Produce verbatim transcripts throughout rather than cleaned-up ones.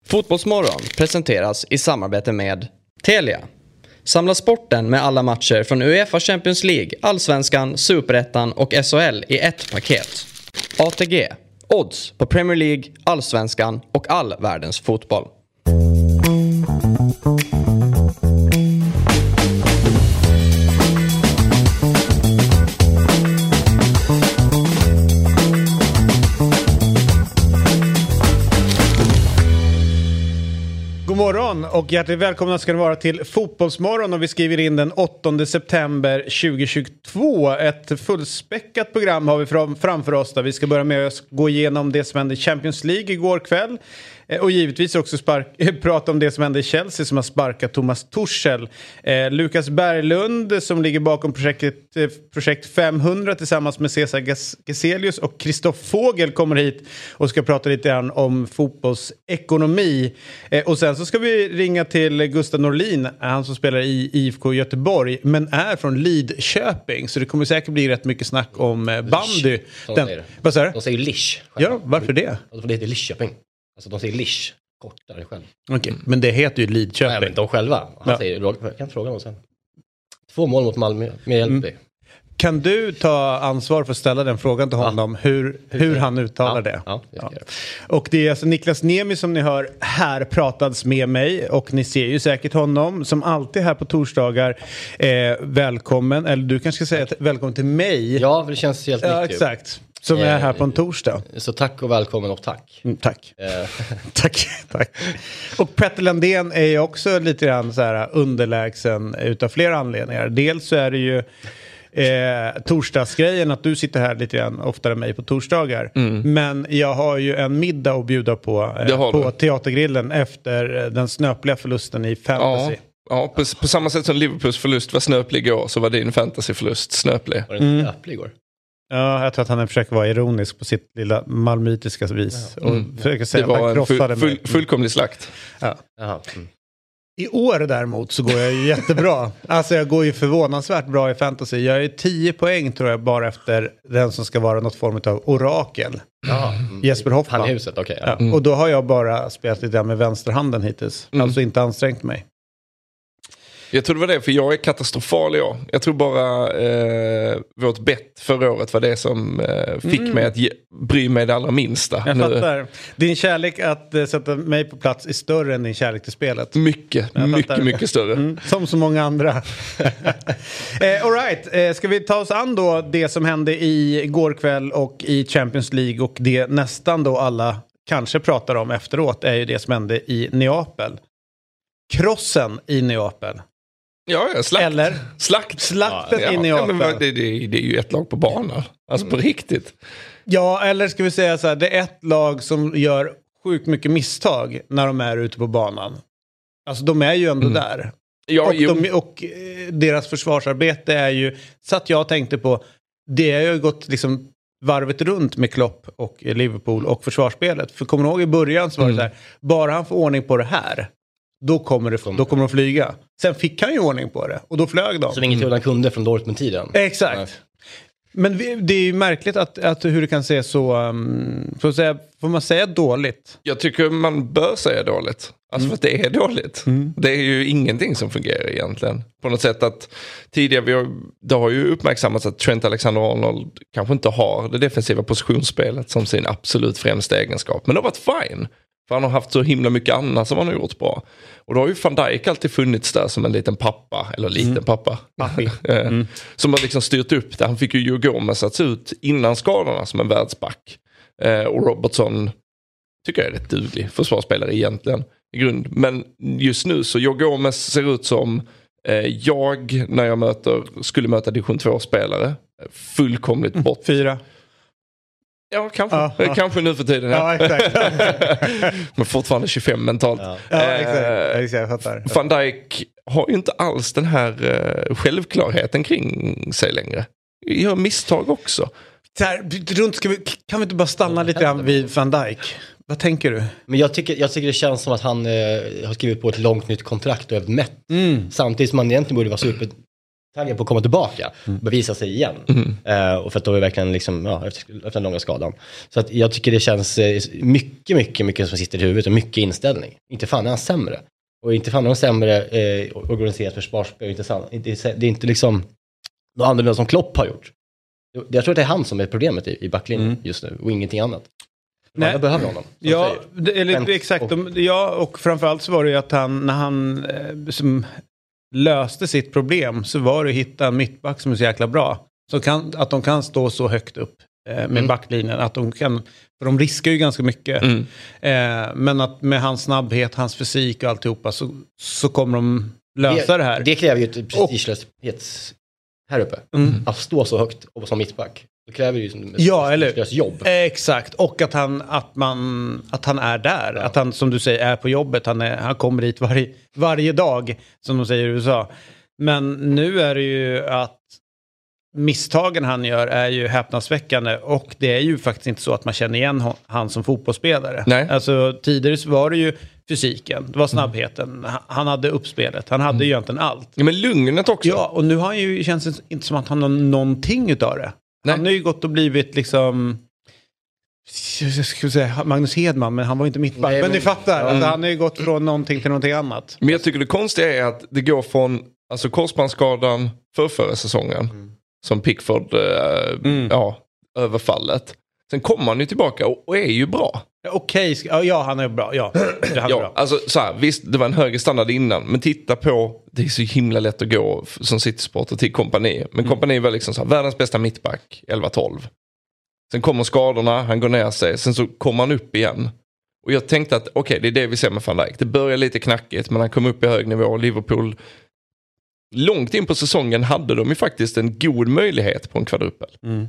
Fotbollsmorgon presenteras i samarbete med Telia. Samla sporten med alla matcher från UEFA Champions League, Allsvenskan, Superettan och S H L i ett paket. A T G. Odds på Premier League, Allsvenskan och all världens fotboll. God morgon och hjärtligt välkomna ska ni vara till Fotbollsmorgon, och vi skriver in den åttonde september tjugohundratjugotvå. Ett fullspäckat program har vi fram, framför oss där vi ska börja med att gå igenom det som hände i Champions League igår kväll. Och givetvis också spark- prata om det som hände i Chelsea som har sparkat Thomas Tuchel. Eh, Lukas Berglund som ligger bakom projektet, eh, projekt femhundra tillsammans med Cesar Geselius och Christoph Fogel kommer hit och ska prata lite grann om fotbollsekonomi. Eh, och sen så ska vi ringa till Gustav Norlin, han som spelar i I F K Göteborg men är från Lidköping. Så det kommer säkert bli rätt mycket snack om eh, bandy. Den, vad säger du? De säger Lish. Ja, varför det? Alltså, det heter Lidköping. Alltså de säger Lish kortare själv. Okej, okay, men det heter ju Lidköping. Nej, men de själva. Han ja. säger, jag kan fråga honom sen. Två mål mot Malmö med hjälp. Mm. Kan du ta ansvar för att ställa den frågan till honom, ja. hur, hur han uttalar ja. det? Ja, det ja. Och det är alltså Niklas Niemi som ni hör här pratades med mig, och ni ser ju säkert honom som alltid här på torsdagar. Eh, välkommen, eller du kanske ska säga att, välkommen till mig. Ja, för det känns helt ja, riktigt. Exakt. Som är här på en torsdag. Så tack och välkommen och tack. Mm, tack. tack. Tack. Och Petter Landén är ju också lite grann så här underlägsen utav flera anledningar. Dels så är det ju eh, torsdagsgrejen att du sitter här lite grann oftare än mig på torsdagar. Mm. Men jag har ju en middag att bjuda på eh, på Teatergrillen efter den snöpliga förlusten i fantasy. Ja. Ja, på, på samma sätt som Liverpools förlust var snöplig igår, så var din fantasyförlust snöplig. Var den snöplig igår? Ja, jag tror att han försöker vara ironisk på sitt lilla malmöitiska vis. Mm. Och försöker säga det var att han en full, full, fullkomlig slakt. Ja. Mm. I år däremot så går jag ju jättebra. Alltså jag går ju förvånansvärt bra i fantasy. Jag är tio poäng tror jag bara efter den som ska vara något form av orakel. Ja. Jesper Hoffman. Han i huset, okej. Okay, ja. Ja. Mm. Och då har jag bara spelat lite med vänsterhanden hittills. Mm. Alltså inte ansträngt mig. Jag tror det var det, för jag är katastrofal i år. Jag tror bara eh, vårt bett förra året var det som eh, fick mm. mig att ge, bry mig det allra minsta. Jag nu. fattar. Din kärlek att uh, sätta mig på plats är större än din kärlek till spelet. Mycket, jag mycket, fattar. mycket större. Mm. Som så många andra. eh, all right, eh, ska vi ta oss an då det som hände i går kväll och i Champions League, och det nästan då alla kanske pratar om efteråt är ju det som hände i Neapel. Krossen i Neapel. Ja, ja, slakt. Eller? Slakt. Slakten ja, in i ja, Neapel. men det, det, det är ju ett lag på banan. Alltså mm. på riktigt. Ja, eller ska vi säga så här, det är ett lag som gör sjukt mycket misstag när de är ute på banan. Alltså de är ju ändå mm. där. Ja, och, de, och eh, deras försvarsarbete är ju, så att jag tänkte på, det har ju gått liksom varvet runt med Klopp och Liverpool och försvarsspelet. För kommer du ihåg i början så var det mm. så här, bara han får ordning på det här, Då kommer, det, då kommer de flyga. Sen fick han ju ordning på det. Och då flög de. Så inget mm. han kunde från Dortmund-tiden. Exakt. Nej. Men vi, det är ju märkligt att, att hur det kan se så... Um, får, säga, får man säga dåligt? Jag tycker man bör säga dåligt. Alltså mm. för att det är dåligt. Mm. Det är ju ingenting som fungerar egentligen. På något sätt att tidigare... Vi har, det har ju uppmärksammats att Trent Alexander-Arnold kanske inte har det defensiva positionsspelet som sin absolut främsta egenskap. Men det har varit fine. För han har haft så himla mycket annat som han har gjort bra. Och då har ju Van Dijk alltid funnits där som en liten pappa. Eller liten mm. pappa. mm. Som har liksom styrt upp det. Han fick ju Joe Gomez att se ut innan skadorna som en världsback. Eh, och Robertson tycker jag är rätt duglig försvarsspelare egentligen. I grund. Men just nu så Joe Gomez ser ut som eh, jag när jag möter, skulle möta division två-spelare. Fullkomligt bort. Fyra. Ja, kanske. Ja, ja. Kanske nu för tiden. Ja, ja exakt. Men fortfarande tjugofem mentalt. Ja, ja exakt. Eh, exakt. Jag fattar. Van Dijk har ju inte alls den här uh, självklarheten kring sig längre. Gör misstag också. Här, runt, ska vi, kan vi inte bara stanna lite grann vid Van Dijk? Vad tänker du? Men jag tycker, jag tycker det känns som att han eh, har skrivit på ett långt nytt kontrakt och är mätt. Mm. Samtidigt som han egentligen borde vara super taggad på att komma tillbaka. Mm. Bevisa sig igen. Mm. Uh, och för att då är verkligen liksom, ja, efter, efter den långa skadan. Så att jag tycker det känns uh, mycket, mycket, mycket som sitter i huvudet och mycket inställning. Inte fan är han sämre. Och inte fan är han sämre uh, organiserat försvarsspel. Inte sant. Det är inte liksom något annorlunda som Klopp har gjort. Jag tror att det är han som är problemet i, i backlinjen mm. just nu och ingenting annat. Nej. Jag behöver honom. Ja, det, eller, exakt. Och, ja, och framförallt så var det ju att han, när han eh, som löste sitt problem så var det att hitta en mittback som är så jäkla bra. Så kan, att de kan stå så högt upp eh, med mm. backlinjen. Att de kan, för de riskar ju ganska mycket. Mm. Eh, men att med hans snabbhet, hans fysik och alltihopa så, så kommer de lösa det, det här. Det kräver ju ett prestigelöshet här uppe. Mm. Att stå så högt och som mittback. Det kräver ju som ja, eller jobb. Exakt. Och att han, att man, att han är där. Ja. Att han, som du säger, är på jobbet. Han, är, han kommer dit varje, varje dag, som de säger i U S A. Men nu är det ju att misstagen han gör är ju häpnadsväckande. Och det är ju faktiskt inte så att man känner igen han som fotbollsspelare. Nej. Alltså tidigare så var det ju fysiken, det var snabbheten. Mm. Han hade uppspelet, han hade mm. ju egentligen allt. Ja, men lugnet också. Ja, och nu har han ju, känns det inte som att han har någonting utav det. Nej. Han har ju gått och blivit liksom, jag skulle säga Magnus Hedman, men han var inte mittback. Men, men ni fattar, mm. alltså, han har ju gått från någonting till någonting annat. Men jag tycker det konstiga är att det går från alltså korsbandsskadan för förra säsongen, mm. som Pickford, äh, mm. ja, överfallet. Sen kommer han ju tillbaka och, och är ju bra. Okej, okay. Ja, han är bra. Ja, det ja bra. Alltså så här, visst, det var en högre standard innan, men titta på, det är så himla lätt att gå som City-supporter till Kompani. Men mm. Kompani var liksom så här, världens bästa mittback, elva tolv. Sen kommer skadorna, han går ner sig, sen så kommer han upp igen. Och jag tänkte att okej, okay, det är det vi ser med Van Dijk. Det börjar lite knackigt, men han kom upp i hög nivå. Liverpool, långt in på säsongen hade de ju faktiskt en god möjlighet på en kvadrupel. Mm.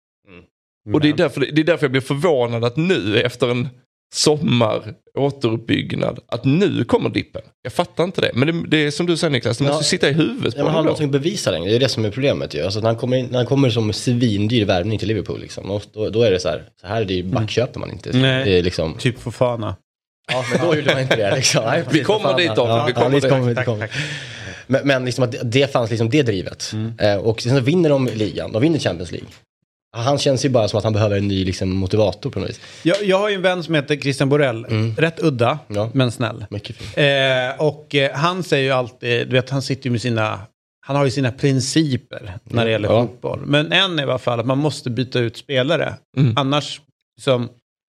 Och det är, därför, det är därför jag blir förvånad att nu efter en sommar återuppbyggnad att nu kommer dippen. Jag fattar inte det. Men det, det är som du säger Niklas, det måste ja, sitta i huvudet på ja, han har någonting att bevisa längre. Det är det som är problemet ju. Alltså, när, han kommer in, när han kommer som svindyr värvning till Liverpool liksom, då, då är det så här, så här är det ju, backköper man inte. Nej, det är liksom, typ Fofana. Ja, men då gjorde man inte det liksom. Nej, vi kommer dit då. Ja, vi kommer ja, dit. Kommer, tack, kommer. Tack. Men, men liksom att det fanns liksom det drivet. Mm. Eh, och sen så vinner de ligan. De vinner Champions League. Han känns ju bara som att han behöver en ny liksom, motivator på något vis. Jag, jag har ju en vän som heter Christian Borell. Mm. Rätt udda, ja. Men snäll. Mycket fint. Eh, och eh, han säger ju alltid, du vet, han sitter ju med sina, han har ju sina principer när det gäller ja. fotboll. Men en är i alla fall att man måste byta ut spelare. Mm. Annars, liksom,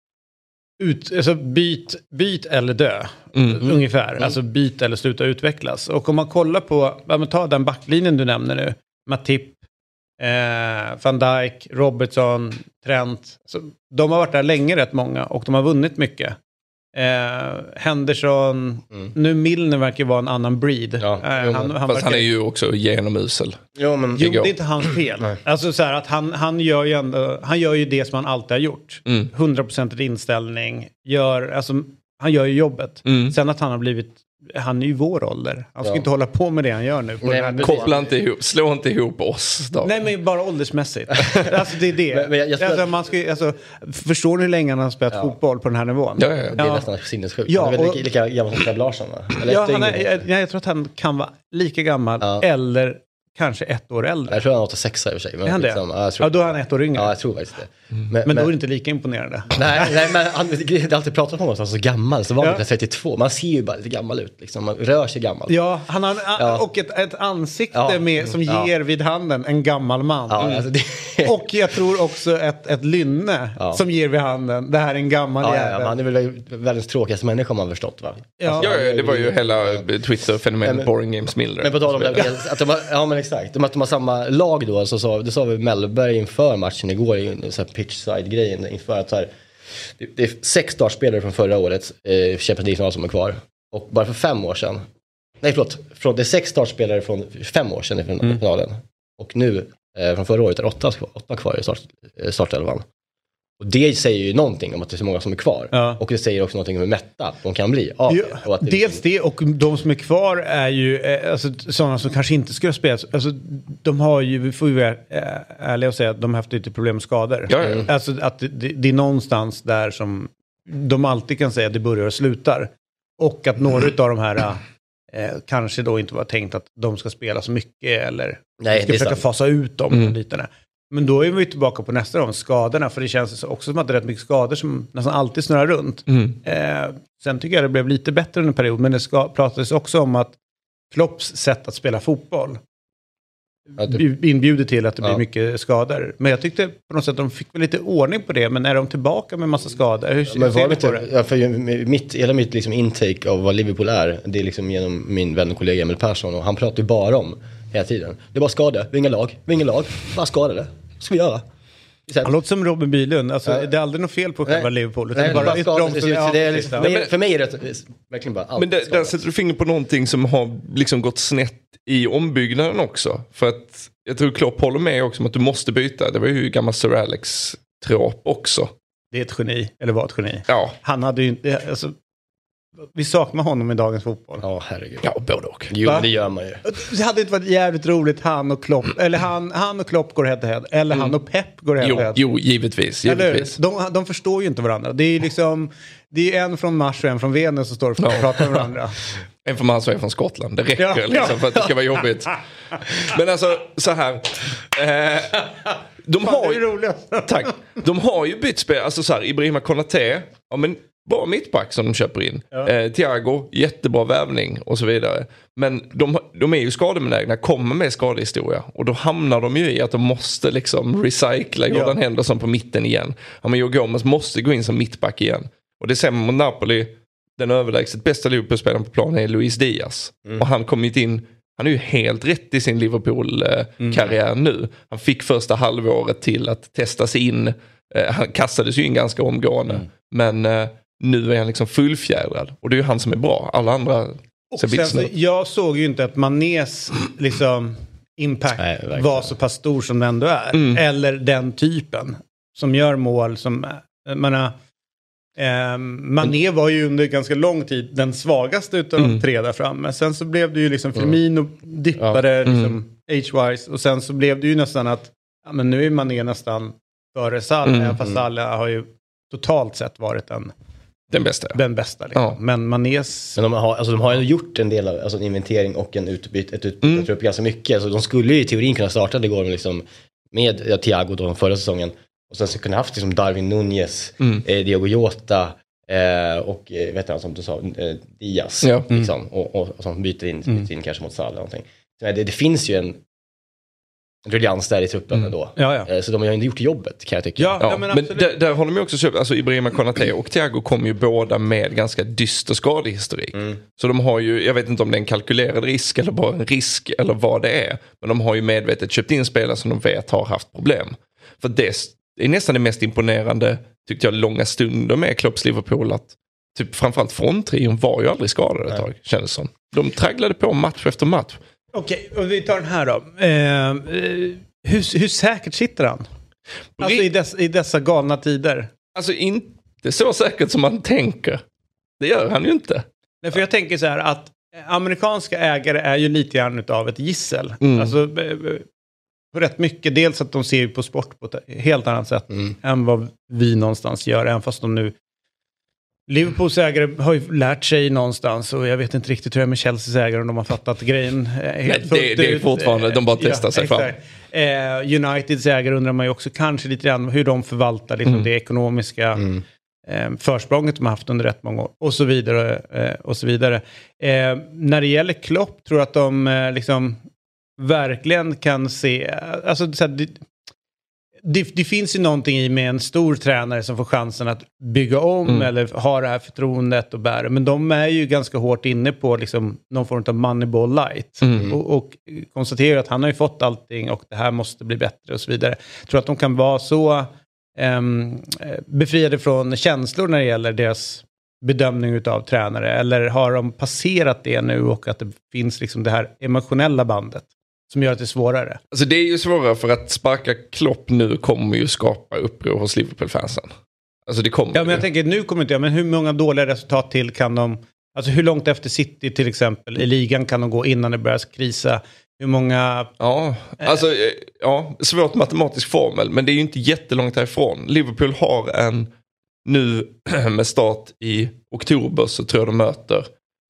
ut, alltså byt, byt eller dö. Mm. Ungefär. Mm. Alltså byt eller sluta utvecklas. Och om man kollar på, ja, men ta den backlinjen du nämner nu. Matip. Eh, Van Dijk, Robertson, Trent. Så de har varit där länge rätt många och de har vunnit mycket. Eh, Henderson, mm. nu Milner verkar vara en annan breed. Ja, eh, jo, han, han, fast han är ju också genomusel. Jo, men jo, det är inte hans fel. Alltså så här att han, han gör ju ändå, han gör ju det som han alltid har gjort. Mm. hundra procent inställning. Gör, alltså, han gör ju jobbet. Mm. Sen att han har blivit, han är ju vår ålder. Han ska ja. inte hålla på med det han gör nu. På Nej, den här koppla inte ihop, slå inte ihop oss då. Nej, men bara åldersmässigt. Alltså det är det. Men, men jag, jag alltså, att... man ska, alltså, förstår ni hur länge han har spelat ja. fotboll på den här nivån? Ja, ja, ja. Det är ja. nästan sinnessjukt. Ja, han är väl och... lika, lika gammal som Seb Larsson, va? Eller ja, han är, jag, jag tror att han kan vara lika gammal ja. eller kanske ett år äldre. Jag tror han är åttiosex i och för sig. Men är han det? Liksom, ja, jag tror... ja, då är han ett år yngre. Ja, jag tror faktiskt det. Mm. Men, men, men då är det inte lika imponerande. Nej, nej men han har alltid pratat om honom som så gammal. Så var han ja. trettiotvå. Man ser ju bara lite gammal ut. Liksom. Man rör sig gammal. Ja, han har en, ja. och ett, ett ansikte ja. med, som ja. ger vid handen en gammal man. Ja, alltså det... Och jag tror också ett, ett lynne ja. som ger vid handen. Det här är en gammal ja, jävel. Ja, han är väl världens tråkigaste människa om man förstått, va? Ja, alltså, ja det var ju hela Twitter-fenomenet Boring Games Miller. Men på tal om det, att de har, ja men exakt. Att de har samma lag då, så sa, det sa vi Mellberg inför matchen igår i en sån här pitchside-grejen inför att så här, det, det är sex startspelare från förra året eh, Champions League som är kvar och bara för fem år sedan nej förlåt, förlåt det är sex startspelare från fem år sedan i finalen mm. och nu eh, från förra året är åtta, åtta kvar i start, startelvan. Och det säger ju någonting om att det är så många som är kvar. Ja. Och det säger också någonting om hur mätta de kan bli. Av ja, det. Och att det dels liksom... det, och de som är kvar är ju eh, alltså, sådana som kanske inte skulle ha spelat. Alltså, de har ju, vi får ju vara äh, ärliga och säga att de har haft lite problem med skador. Ja, ja. Alltså att det, det är någonstans där som de alltid kan säga att det börjar och slutar. Och att några mm. av de här eh, kanske då inte var tänkt att de ska spela så mycket eller Nej, ska det är försöka sant. fasa ut dem Mm. och liknande. Men då är vi tillbaka på nästa gång, skadorna, för det känns också som att det är rätt mycket skador som nästan alltid snurrar runt. Mm. Eh, sen tycker jag det blev lite bättre under en period, men det ska, pratades också om att Klopps sätt att spela fotboll Ja, det- inbjuder till att det blir Ja. mycket skador. Men jag tyckte på något sätt att de fick väl lite ordning på det, men är de tillbaka med massa skador? Hur Men ser var du det på inte, det? ja, för ju- mitt, hela mitt liksom intake av vad Liverpool är, det är liksom genom min vän och kollega Emil Persson, och han pratar ju bara om hela tiden. Det är bara skada, vi är inga lag, vi är inga lag, bara skadade. Vad ska vi göra? Så Han låter som Robin Bylund. Alltså, Ja. det är aldrig något fel på själva Nej. Liverpool. Utan Nej, det är bara bara ett skador. broms. Så Ja, det är precis, liksom, ja. för, för mig är det verkligen bara allt Men där, där skador. sätter du fingret på någonting som har liksom gått snett i ombyggnaden också. För att jag tror Klopp håller med också om att du måste byta. Det var ju gammal Sir Alex trop också. Det är ett geni, eller var ett geni. Ja, Han hade ju inte... Alltså, vi saknar honom i dagens fotboll. Ja, herregud. ja både och. Jo, Va? men det gör man ju. Det hade inte varit jävligt roligt han och Klopp, eller han, han och Klopp går head to head, eller han och Pep går head to Jo, head. jo givetvis. Eller hur? givetvis. De, de förstår ju inte varandra. Det är ju liksom, det är en från Mars och en från Venus som står och Ja. pratar med varandra. En från Mans och en från Skottland. Det räcker Ja. liksom Ja. för att det ska vara jobbigt. Men alltså så här. Eh, de, Fan, har det är ju, roligt. tack, de har ju bytt spel. Alltså så här, Ibrahima Konaté. Ja men bra mittback som de köper in. Ja. Eh, Thiago, jättebra värvning och så vidare. Men de, de är ju skadebenägna, kommer med skadehistoria. Och då hamnar de ju i att de måste liksom recycla Jordan Ja. Henderson på mitten igen. Ja men Joe Gomez måste gå in som mittback igen. Och det ser man mot Napoli. Den överlägset bästa Liverpool-spelaren på planen är Luis Diaz. Mm. Och han kommit in, han är ju helt rätt i sin Liverpool-karriär Mm. nu. Han fick första halvåret till att testa sig in. Eh, han kastades ju in ganska omgående. Mm. Men eh, nu är han liksom fullfjädrad. Och det är ju han som är bra. Alla andra Och ser sen, vitsna så, ut. jag såg ju inte att Manés liksom, impact Nej, verkligen. var så pass stor som den ändå är. Mm. Eller den typen som gör mål som... Jag menar, eh, Mané var ju under ganska lång tid den svagaste utav Mm. de tre där framme. Sen så blev det ju liksom Firmino dippade Ja. Mm. liksom age-wise. Och sen så blev det ju nästan att ja, men nu är Mané nästan före Salah. Mm. Fast Salah har ju totalt sett varit den, Den bästa. Ja. den bästa. Liksom. Ja. Men Manés... Men de har, alltså, de har ju gjort en del av alltså, en inventering och en utbyte, ett utbyte Mm. jag tror ganska mycket. Så de skulle ju i teorin kunna starta det går med, liksom, med ja, Thiago då förra säsongen. Och sen så kunde haft liksom Darwin Nunez, Mm. eh, Diogo Jota eh, och eh, vet jag, som du sa, eh, Diaz. Ja. Mm. Liksom, och, och, och som byter in, byter in kanske mot Salah eller någonting. Så, det, det finns ju en, en ruljans där i truppen Mm. ändå. Ja, ja. Eh, så de har ju inte gjort jobbet kan jag tycka. Ja, Ja, ja, men men absolut. där, där har de ju också köpt, alltså Ibrahima Konaté och Thiago kom ju båda med ganska dyster skadehistorik. Mm. Så de har ju, jag vet inte om det är en kalkylerad risk eller bara en risk eller vad det är. Men de har ju medvetet köpt in spelare som de vet har haft problem. För det är nästan det mest imponerande, tyckte jag, långa stunder med Klopps Liverpool. Att typ framförallt fronttrion var ju aldrig skadade ett tag, kändes som. De tragglade på match efter match. Okej, och vi tar den här då. Eh, eh, hur, hur säkert sitter han? Alltså i, dess, i dessa galna tider. Alltså inte så säkert som man tänker. Det gör han ju inte. Nej, för jag tänker så här att amerikanska ägare är ju lite grann utav ett gissel. Mm. Alltså eh, på rätt mycket. Dels att de ser ju på sport på ett helt annat sätt Mm. än vad vi någonstans gör. Även fast de nu... Liverpools ägare har ju lärt sig någonstans och jag vet inte riktigt hur det är med Chelseas ägare om de har fattat grejen eh, helt Nej, det- fullt det är ut. fortfarande- de bara testar sig fram. exakt. Eh, Uniteds ägare undrar man ju också kanske lite grann hur de förvaltar liksom, Mm. det ekonomiska Mm. eh, försprånget de har haft under rätt många år och så vidare. Eh, och så vidare. Eh, när det gäller Klopp tror jag att de eh, liksom verkligen kan se, alltså så här, det, det, det finns ju någonting i med en stor tränare som får chansen att bygga om Mm. eller ha det här förtroendet och bära. Men de är ju ganska hårt inne på liksom någon form av moneyball light. Mm. Och, och konstaterar att han har ju fått allting och det här måste bli bättre och så vidare. Jag tror att de kan vara så ehm, befriade från känslor när det gäller deras bedömning utav tränare. Eller har de passerat det nu och att det finns liksom det här emotionella bandet som gör att det är svårare? Alltså det är ju svårare för att sparka Klopp nu kommer ju skapa uppror hos Liverpool-fansen. Alltså det kommer Ja, men jag ju. tänker, nu kommer inte jag, men hur många dåliga resultat till kan de, alltså hur långt efter City till exempel i ligan kan de gå innan det börjar krisa? Hur många... Ja, alltså eh, ja, svårt matematisk formel, men det är ju inte jättelångt härifrån. Liverpool har en, nu med start i oktober så tror jag de möter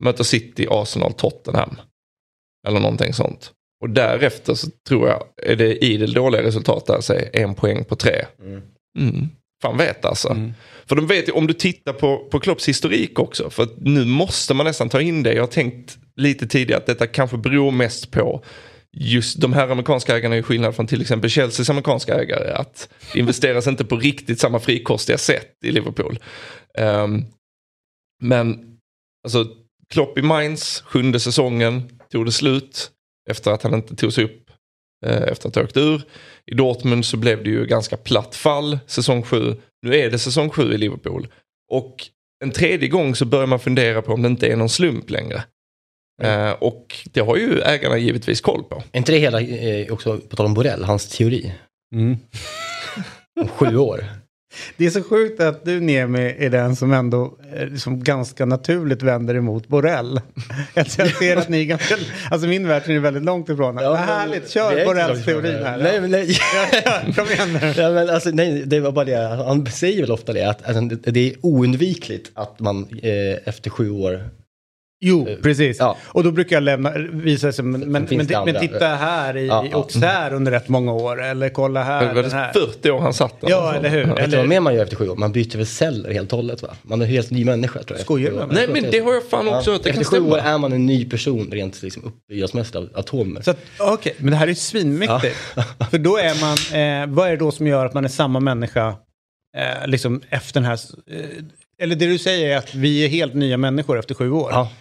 möter City, Arsenal, Tottenham. Eller någonting sånt. Och därefter så tror jag är det idel dåliga resultat där, säg en poäng på tre. Mm. Mm. Fan vet alltså. Mm. För de vet ju, om du tittar på, på Klopps historik också, för att nu måste man nästan ta in det. Jag har tänkt lite tidigare att detta kanske beror mest på just de här amerikanska ägarna är skillnad från till exempel Chelseas amerikanska ägare, att det investeras inte på riktigt samma frikostiga sätt i Liverpool. Um, men alltså Klopp i Mainz, sjunde säsongen tog det slut efter att han inte tog sig upp eh, efter att ha åkt ur. I Dortmund så blev det ju ganska platt fall säsong sju. Nu är det säsong sju i Liverpool. Och en tredje gång så börjar man fundera på om det inte är någon slump längre. Mm. Eh, och det har ju ägarna givetvis koll på. Är inte det hela eh, också på tal om Borrell, hans teori? Mm. Om sju år. Det är så sjukt att du, Niemi, är den som ändå liksom ganska naturligt vänder emot Borrell. Jag ser att ni är ganska... Alltså min värld är väldigt långt ifrån. Ja, vad härligt, kör Borrells teorin här. Nej, men nej. Kom igen nu. Ja, men alltså, nej, det var bara det. Han säger väl ofta det, att alltså, det är oundvikligt att man eh, efter sju år... Jo, precis. Ja. Och då brukar jag lämna, visa sig, men, men, men, men titta här i, ja, ja. och så här under rätt många år, eller kolla här. Det var det här. fyrtio år han satt där. Ja, eller hur? Ja. Eller... Vad mer man gör efter sju år? Man byter väl celler helt och hållet, va? Man är helt ny människa, tror jag. Skojar du? Nej, men det har jag fan också. Ja. Att det efter kan sju stämma. år är man en ny person, rent liksom, uppbyggnadsmässigt av atomer. Så okej, okay. Men det här är ju svinmäktigt. Ja. För då är man, eh, vad är det då som gör att man är samma människa eh, liksom efter den här, eh, eller det du säger är att vi är helt nya människor efter sju år. Ja.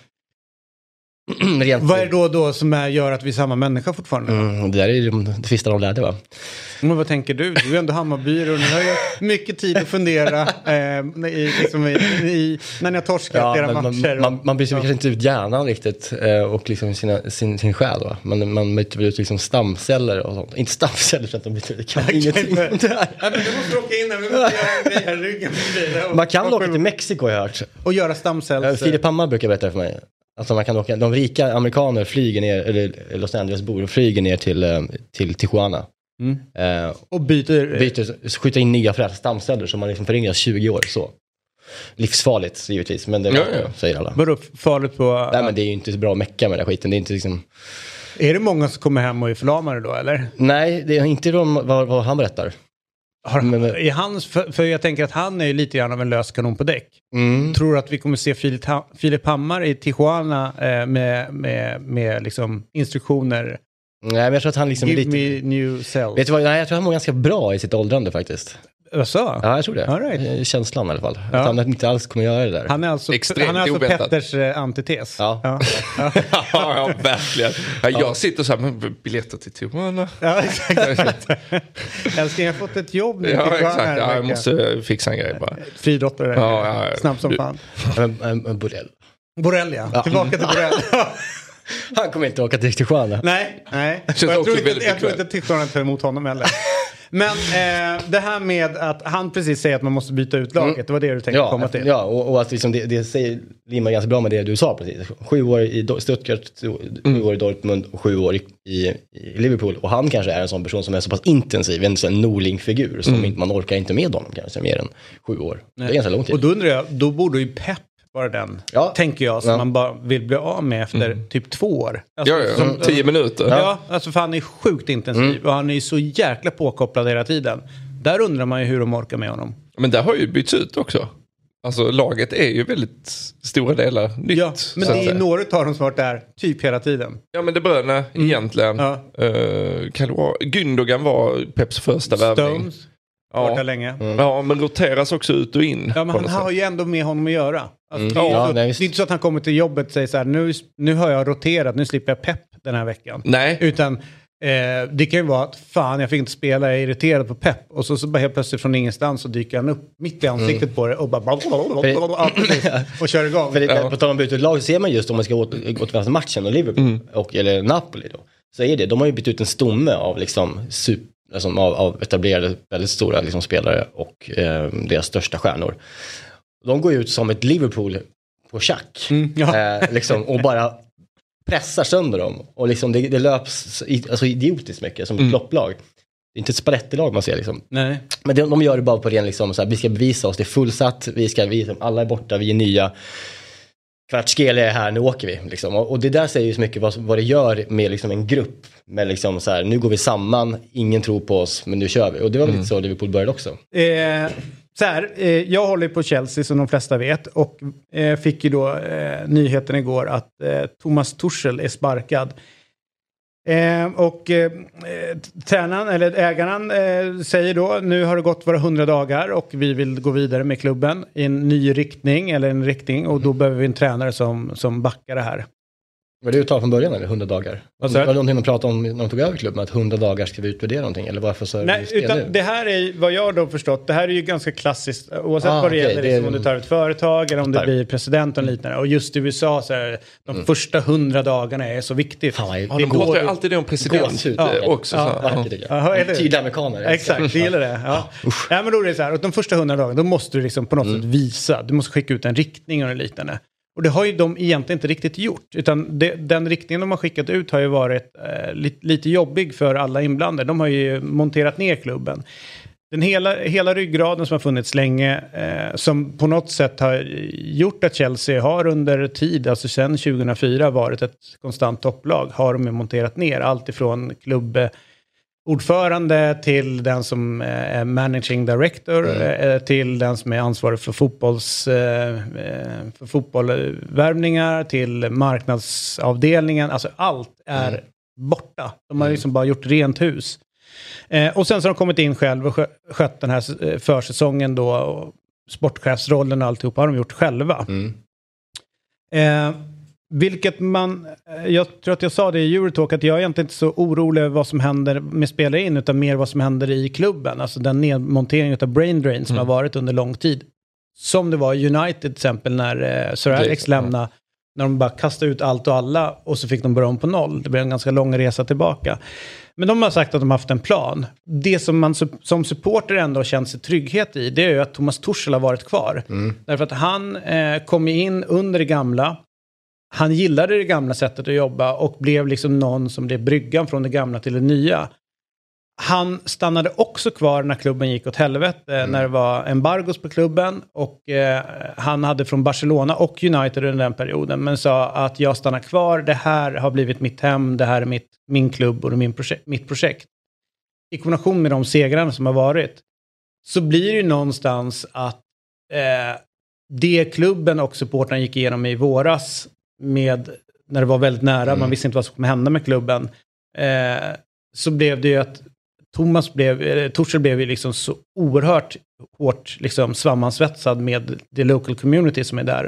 Vad är det då, då som är, gör att vi är samma människa fortfarande? Mm, det där är ju det sista de lärde, va? Men vad tänker du? Du är ändå Hammarby och ni har ju mycket tid att fundera eh, i, liksom i, i, när ni har torskat ja, era man, matcher. Man, man, man byter ja. kanske inte ut hjärnan riktigt eh, och liksom sina, sin, sin själ, va? Man, man byter ut liksom stamceller och sånt. Inte stamceller så att de byter ut, kan ingenting. Nej, men du måste åka in här, vi måste göra en grej här ryggen. Man kan åka till Mexiko, har jag hört. Och göra stamcells... Filip Hammar brukar berätta för mig. Alltså man kan åka, de rika amerikaner flyger ner, eller Los Angeles-bor flyger ner till, till Tijuana. Mm. Eh, och byter... byter skjuter in nya fräscha stamceller som man liksom föryngras tjugo år, så. Livsfarligt givetvis, men det är ja, ja. säger alla. Vadå farligt på... Nej, men det är ju inte så bra att mecka med den skiten, det är inte liksom... Är det många som kommer hem och är förlamade då, eller? Nej, det är inte de, vad, vad han berättar. Har, men, är hans, för, för jag tänker att han är ju lite grann av en lös kanon på däck. Mm. Tror du att vi kommer se Filip, Filip Hammar i Tijuana eh, med, med, med liksom instruktioner? Nej, men jag tror att han liksom... Give lite, me new cells. Vet du vad, nej, jag tror han var ganska bra i sitt åldrande faktiskt. Vad Ja, jag tror det. All right. Känslan i alla fall. Ja. Att han inte alls kommer göra det där. Han är alltså, han är alltså Petters eh, antites. Ja. Ja. Ja, ja, verkligen. Ja, jag ja. sitter så här med biljetter till Tijuana. Ja, exakt. Älskling, jag har fått ett jobb nu. Ja, exakt. Ja, jag måste fixa en grej bara. Friidrottare. Ja, ja, ja. Snabb som du... fan. Borrell. Borrell, ja. ja. Tillbaka till Borrell. Han kommer inte åka till Tijuana. Nej, nej. Jag, jag tror inte, jag tror inte att Tijuana tar emot honom heller. Men eh, det här med att han precis säger att man måste byta ut laget, mm. det var det du tänkte ja, komma till. Ja, och, och att liksom det, det säger rimmar ganska bra med det du sa precis. Sju år i Stuttgart, sju år i Dortmund och sju år i, i, i Liverpool. Och han kanske är en sån person som är så pass intensiv, en sån Norling-figur som mm. inte, man orkar inte med honom kanske mer än sju år. Nej. Det är ganska lång tid. Och då undrar jag, då borde ju Pep vara den, ja. tänker jag, som ja. man bara vill bli av med efter mm. typ två år. Alltså, ja, ja. Som, tio minuter. Ja, ja, alltså för han är sjukt intensiv mm. och han är så jäkla påkopplad hela tiden. Där undrar man ju hur de orkar med honom. Men det har ju bytts ut också. Alltså laget är ju väldigt stora delar nytt. Ja, men det är några av dem som varit där typ hela tiden. Ja, men det bröna mm. egentligen. Ja. Uh, Vara, Gündogan var Peps första värvning. Stones. Ja. Länge. Mm. Ja, men roteras också ut och in. Ja, men han har ju ändå med honom att göra. Alltså, mm. det, är ja, så, nej, det är inte så att han kommer till jobbet och säger så här, nu, nu har jag roterat, nu slipper jag pepp den här veckan. Nej. Utan eh, det kan ju vara att fan, jag fick inte spela, jag är irriterad på pepp. Och så, så bara helt plötsligt från ingenstans så dyker han upp mitt i ansiktet mm. på det och bara och kör igång. För det, ja. På tal om bytt ut lag så ser man just om man ska återvända till matchen och Liverpool mm. och, eller Napoli då. Så är det, de har ju bytt ut en stomme av liksom super Alltså av, av etablerade väldigt stora liksom, spelare och eh, deras största stjärnor. De går ut som ett Liverpool på schack. Mm, ja. eh, liksom, och bara pressar sönder dem. Och liksom, det, det löps alltså, idiotiskt mycket som ett mm. klopplag. Det är inte ett sparettilag man ser. Liksom. Nej. Men de, de gör det bara på ren liksom, så här, vi ska bevisa oss, det är fullsatt. Vi ska, vi, alla är borta, vi är nya. Kvartskelia är här, nu åker vi. Liksom. Och, och det där säger ju så mycket vad, vad det gör med liksom en grupp. Med liksom så här, nu går vi samman, ingen tror på oss, men nu kör vi. Och det var väl mm. lite så Liverpool började också. Eh, så här, eh, jag håller på Chelsea som de flesta vet. Och eh, fick ju då eh, nyheten igår att eh, Thomas Tuchel är sparkad. Eh, och eh, tränaren, eller ägaren eh, säger då, nu har det gått våra hundra dagar och vi vill gå vidare med klubben i en ny riktning eller en riktning och då behöver vi en tränare som, som backar det här. Var det uttalat från början eller hundra dagar? Var det någonting de pratade om när de tog över klubben, att hundra dagar ska vi utvärdera någonting? Eller varför så Nej, utan det här är vad jag då förstått, det här är ju ganska klassiskt oavsett ah, vad det okay, gäller, det är, liksom, om du tar ett företag eller om det blir president och liknande. Och just i U S A så är de mm. första hundra dagarna är så viktigt. Fan, ja, de pratar ju alltid om president ja. också. Ja. Ja. Ja. Ja. Tydliga amerikaner. Exakt, det gillar det. Ja. Ja, men då är det så här, och de första hundra dagarna, då måste du liksom på något mm. sätt visa, du måste skicka ut en riktning och liknande. Och det har ju de egentligen inte riktigt gjort. Utan det, den riktningen de har skickat ut har ju varit eh, lite, lite jobbig för alla inblandade. De har ju monterat ner klubben. Den hela, hela ryggraden som har funnits länge. Eh, som på något sätt har gjort att Chelsea har under tid, alltså sedan tjugohundrafyra, varit ett konstant topplag. Har de ju monterat ner allt ifrån klubb... ordförande till den som är managing director mm. till den som är ansvarig för fotbolls för fotbollvärvningar till marknadsavdelningen, alltså allt är mm. borta. De har ju liksom bara gjort rent hus. Eh, och sen så har de kommit in själv och skött den här försäsongen då, och sportchefsrollen och alltihop har de gjort själva. Mm. Eh, Vilket man, jag tror att jag sa det i Eurotalk, att jag är egentligen inte så orolig över vad som händer med spelare in, utan mer vad som händer i klubben. Alltså den nedmonteringen av brain drain som mm. har varit under lång tid. Som det var i United till exempel när eh, Sir Alex lämnade, när de bara kastade ut allt och alla och så fick de börja om på noll. Det blev en ganska lång resa tillbaka. Men de har sagt att de har haft en plan. Det som man som supporter ändå har känt sig trygghet i, det är ju att Thomas Tuchel har varit kvar. Mm. Därför att han eh, kom in under det gamla. Han gillade det gamla sättet att jobba och blev liksom någon som blev bryggan från det gamla till det nya. Han stannade också kvar när klubben gick åt helvete, mm. när det var embargos på klubben. Och eh, han hade från Barcelona och United under den perioden, men sa att jag stannar kvar, det här har blivit mitt hem, det här är mitt, min klubb och min projek- mitt projekt. I kombination med de segrarna som har varit, så blir det ju någonstans att eh, det klubben och supportrarna gick igenom i våras, med när det var väldigt nära, mm. man visste inte vad som kommer hända med klubben, eh, så blev det ju att Thomas blev, eh, Tuchel blev ju liksom så oerhört hårt liksom sammansvetsad med det local community som är där.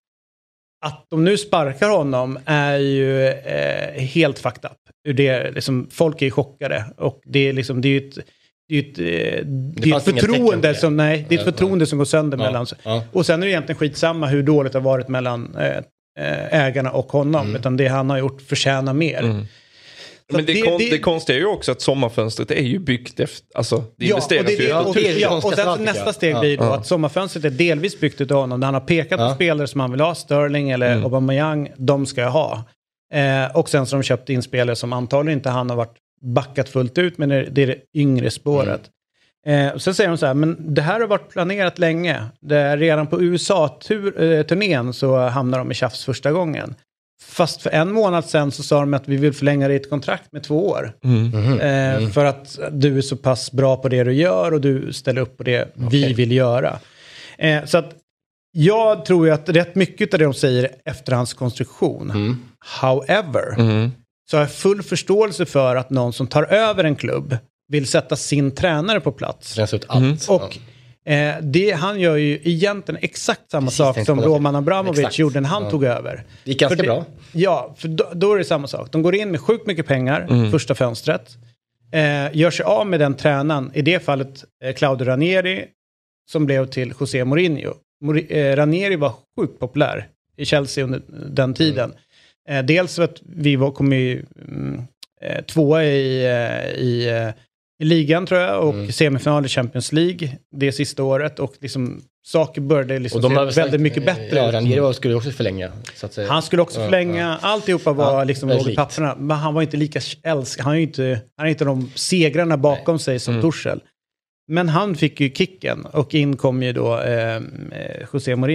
Att de nu sparkar honom är ju eh, helt fucked up. Det, liksom, folk är chockade och det är liksom, det är ju ett Det är ett, det är ett förtroende som, nej, det är ett förtroende som går sönder ja, mellan. Ja. Och sen är det egentligen skitsamma hur dåligt det har varit mellan eh, ägarna och honom. Mm. Utan det han har gjort förtjänar mer. Mm. Men det, det, kon- det, det konstiga är ju också att sommarfönstret är ju byggt efter, alltså det ja, investerar för ja, och, det, ja, och sen nästa steg blir då ja. att sommarfönstret är delvis byggt av honom. Där han har pekat ja. på spelare som han vill ha, Sterling eller mm. Aubameyang, de ska jag ha. Eh, och sen så har de köpt in spelare som antagligen inte han har varit backat fullt ut, men det är det yngre spåret. Mm. Eh, så säger de så här, men det här har varit planerat länge. Det är redan på U S A-turnén eh, så hamnar de i tjafs första gången. Fast för en månad sedan så sa de att vi vill förlänga ditt kontrakt med två år. Mm. Mm. Eh, mm. För att du är så pass bra på det du gör och du ställer upp på det okay. vi vill göra. Eh, så att jag tror ju att rätt mycket av det de säger är efterhandskonstruktion. Mm. However, mm. så har jag full förståelse för att någon som tar över en klubb vill sätta sin tränare på plats. Rensa ut allt. Mm. Och eh, det, han gör ju egentligen exakt samma Precis, sak som Roman Abramovic exakt. gjorde när han ja. tog över. Det gick ganska det, bra. Ja, för då, då är det samma sak. De går in med sjukt mycket pengar, mm. första fönstret. Eh, gör sig av med den tränaren. I det fallet eh, Claudio Ranieri som blev till José Mourinho. Mor- eh, Ranieri var sjukt populär i Chelsea under den tiden. Mm. Eh, dels för att vi var, kom ju mm, eh, tvåa i, eh, i, eh, i ligan tror jag och mm. semifinal i Champions League det sista året och liksom saker började liksom se väldigt sagt, mycket bättre. Ja, Ranieri skulle också förlänga. Så att säga. Han skulle också förlänga. Ja, ja. Alltihopa var ja, liksom låg i papperna. Men han var inte lika älskad. Han är ju inte, han är inte de segrarna bakom Nej. sig som mm. Tuchel. Men han fick ju kicken och in kom ju då eh, José Mourinho.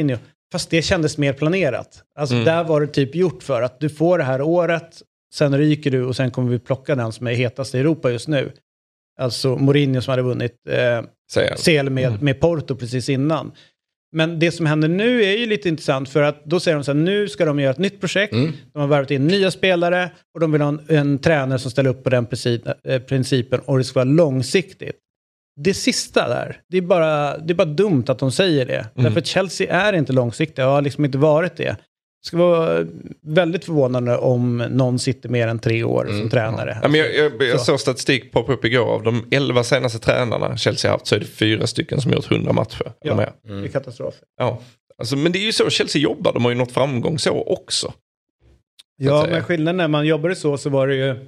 fast det kändes mer planerat. Alltså Mm. där var det typ gjort för att du får det här året, sen ryker du och sen kommer vi plocka den som är hetast i Europa just nu. Alltså Mourinho som hade vunnit eh, C L med, Mm. med Porto precis innan. Men det som händer nu är ju lite intressant för att då säger de så här, nu ska de göra ett nytt projekt. Mm. De har värvat in nya spelare och de vill ha en, en tränare som ställer upp på den princip, eh, principen och det ska vara långsiktigt. Det sista där, det är bara, det är bara dumt att de säger det. Mm. Därför att Chelsea är inte långsiktiga och har liksom inte varit det. Det ska vara väldigt förvånande om någon sitter mer än tre år Mm. som tränare. Ja, men jag jag, jag Så. såg statistik poppa upp igår. Av de elva senaste tränarna Chelsea haft så är det fyra stycken som gjort hundra matcher. Ja. Eller mer. Det är katastrof. Ja. Alltså, men det är ju så Chelsea jobbar. De har ju nått framgång så också. Ja, säga. men skillnaden när man jobbade så så var det ju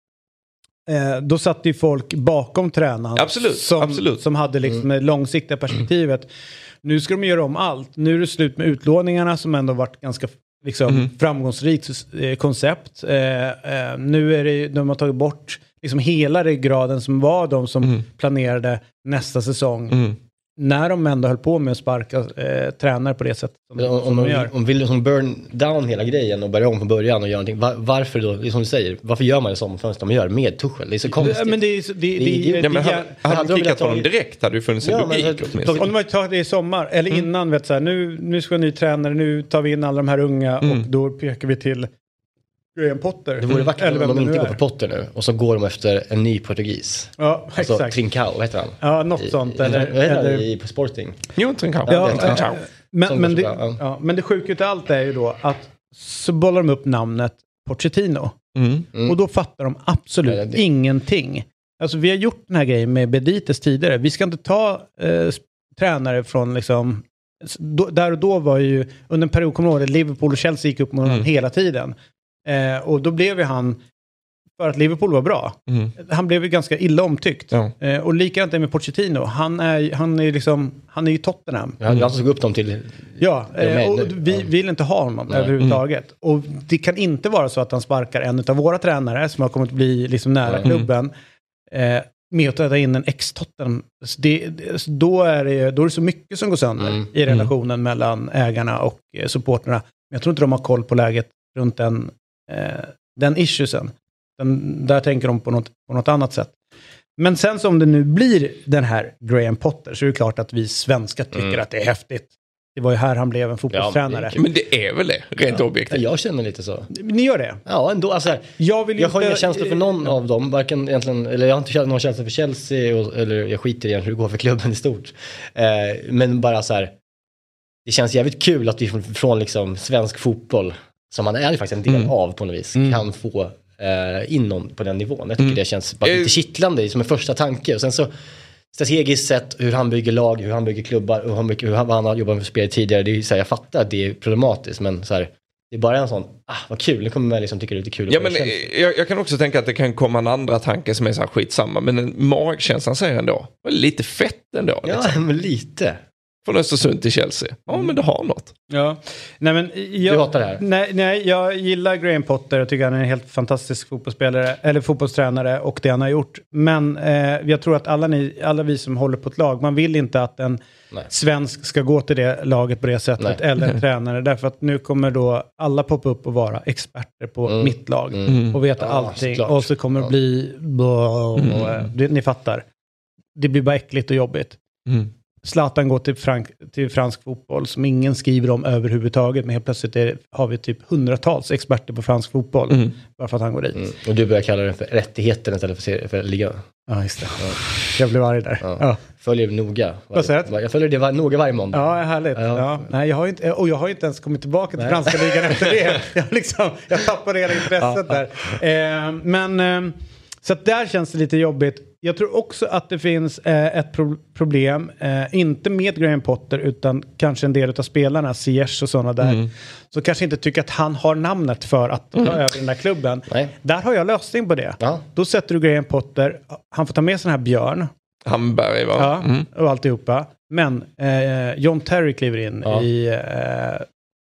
eh, då satt ju folk bakom tränaren Absolut, som, absolut. som hade liksom det långsiktiga perspektivet. Nu ska de göra om allt. Nu är det slut med utlåningarna som ändå varit ganska liksom, Mm. framgångsrikt eh, koncept. Eh, eh, nu är det, de har tagit bort liksom hela ryggraden som var de som Mm. planerade nästa säsong. Mm. När de ändå höll på med att sparka eh, tränare på det sättet som, Men om, som om, de de gör. om vill liksom burn down hela grejen och börja om från början och göra någonting. Var, varför då, det är som du säger, varför gör man det som fönster de gör med Tuchel? Det är så konstigt. Ja, men det är, så- det, det, Det är- det, Ja, men det, hade, hade hade de de velat kickat honom ta- direkt hade det funnits en Ja, men- logik åtminstone. om de har tagit det i sommar eller Mm. innan vet så här, nu, nu ska en ny tränare, nu tar vi in alla de här unga Mm. och då pekar vi till Graham Potter. Det vore vackert Eller om vem de det inte nu går är. på Potter nu och så går de efter en ny portugis. Ja, Alltså exakt. Trincao, vad heter han? Ja, något I- sånt. i- Eller, vad heter han eller, i på Sporting? Jo, inte en kanske. ja, det är äh, Trincao. men, Som men, går det, så bra, ja. ja, men det sjuka utav allt är ju då att så bollar de upp namnet Pochettino. Mm. Mm. Och då fattar de absolut Ja, det- ingenting. Alltså vi har gjort den här grejen med Benitez tidigare. Vi ska inte ta eh, tränare från liksom... Då, där och då var ju under en period, kommer du ihåg det, Liverpool och Chelsea gick upp mot Mm. honom hela tiden. Eh, och då blev ju han, för att Liverpool var bra, Mm. han blev ju ganska illa omtyckt. Ja. Eh, och likadant är med Pochettino. Han är, han är liksom, han är ju Tottenham. Ja, jag såg upp dem till... Ja, De är eh, och nu. vi Ja. vill inte ha honom Nej. överhuvudtaget. Och det kan inte vara så att han sparkar en av våra tränare som har kommit att bli liksom nära Nej. klubben eh, med att ta in en ex-Tottenham. Så det, det, så då, är det, då är det så mycket som går sönder Mm. i relationen mellan ägarna och eh, supporterna. Men jag tror inte de har koll på läget runt den, eh, den issuesen. Den, där tänker de på något, på något annat sätt. Men sen som det nu blir den här Graham Potter så är det klart att vi svenskar tycker Mm. att det är häftigt. Det var ju här han blev en fotbollstränare. Ja, Men det är väl det, rent Ja, objektivt. jag känner lite så. Ni gör det? Ja, ändå. Alltså, Jag vill ju jag har inte- inga känslor för någon av dem. Varken egentligen, eller jag har inte någon känsla för Chelsea. Och, eller jag skiter egentligen hur det går för klubben i stort. Eh, men bara så här. Det känns jävligt kul att vi från, från liksom svensk fotboll, som man är ju faktiskt en del Mm. av på något vis, Mm. kan få eh, in någon på den nivån. Jag tycker Mm. det känns bara Eh. lite kittlande som en första tanke. Och sen så strategiskt sett hur han bygger lag, hur han bygger klubbar, hur han, bygger, hur han, vad han har jobbat med spel tidigare. Det är ju så här, jag fattar att det är problematiskt, men så här, det är bara en sån, ah vad kul, nu kommer man liksom tycka det är lite kul. att Ja, vara men Chelsea. jag, jag kan också tänka att det kan komma en andra tanke som är så här skitsamma. Men en magkänslan säger ändå, "Vad lite fett ändå. Ja, Liksom. men lite. Från Östersund till Chelsea. Ja, men det har något. Ja. Nej, men jag, Du hatar det här? Nej, nej, jag gillar Graham Potter. Jag tycker han är en helt fantastisk fotbollsspelare, eller fotbollstränare och det han har gjort. Men eh, jag tror att alla, ni, alla vi som håller på ett lag, man vill inte att en Nej. svensk ska gå till det laget på det sättet, Nej. eller en tränare. Därför att nu kommer då alla poppa upp och vara experter på Mm. mitt lag. Mm. Och veta Ja, allting. såklart. Och så kommer det Ja. bli... Och, Mm. det, ni fattar. Det blir bara äckligt och jobbigt. Mm. Zlatan går till, frank, till fransk fotboll som ingen skriver om överhuvudtaget. Men helt plötsligt är, har vi typ hundratals experter på fransk fotboll. Mm. Bara för att han går dit. Mm. Och du börjar kalla den för rättigheter istället för, serie- för liga. Ja, just det. Jag blev arg där. Ja. Ja, Följer noga. Vad säger du? Jag följer det var, noga varje måndag. ja härligt. Ja. Ja. Nej, jag har ju inte, och jag har ju inte ens kommit tillbaka till Nej. franska ligan efter det. Jag, liksom, jag tappade hela intresset Ja. där. Eh, men eh, så att där känns det lite jobbigt. Jag tror också att det finns eh, ett pro- problem, eh, inte med Graham Potter utan kanske en del av spelarna, Ziyech och sådana där, Mm. som kanske inte tycker att han har namnet för att ta över den där klubben. Nej. Där har jag lösning på det. Ja. Då sätter du Graham Potter, han får ta med sig den här Björn, Hamberg va? ja, Mm. och alltihopa. Men eh, John Terry kliver in Ja. i, eh,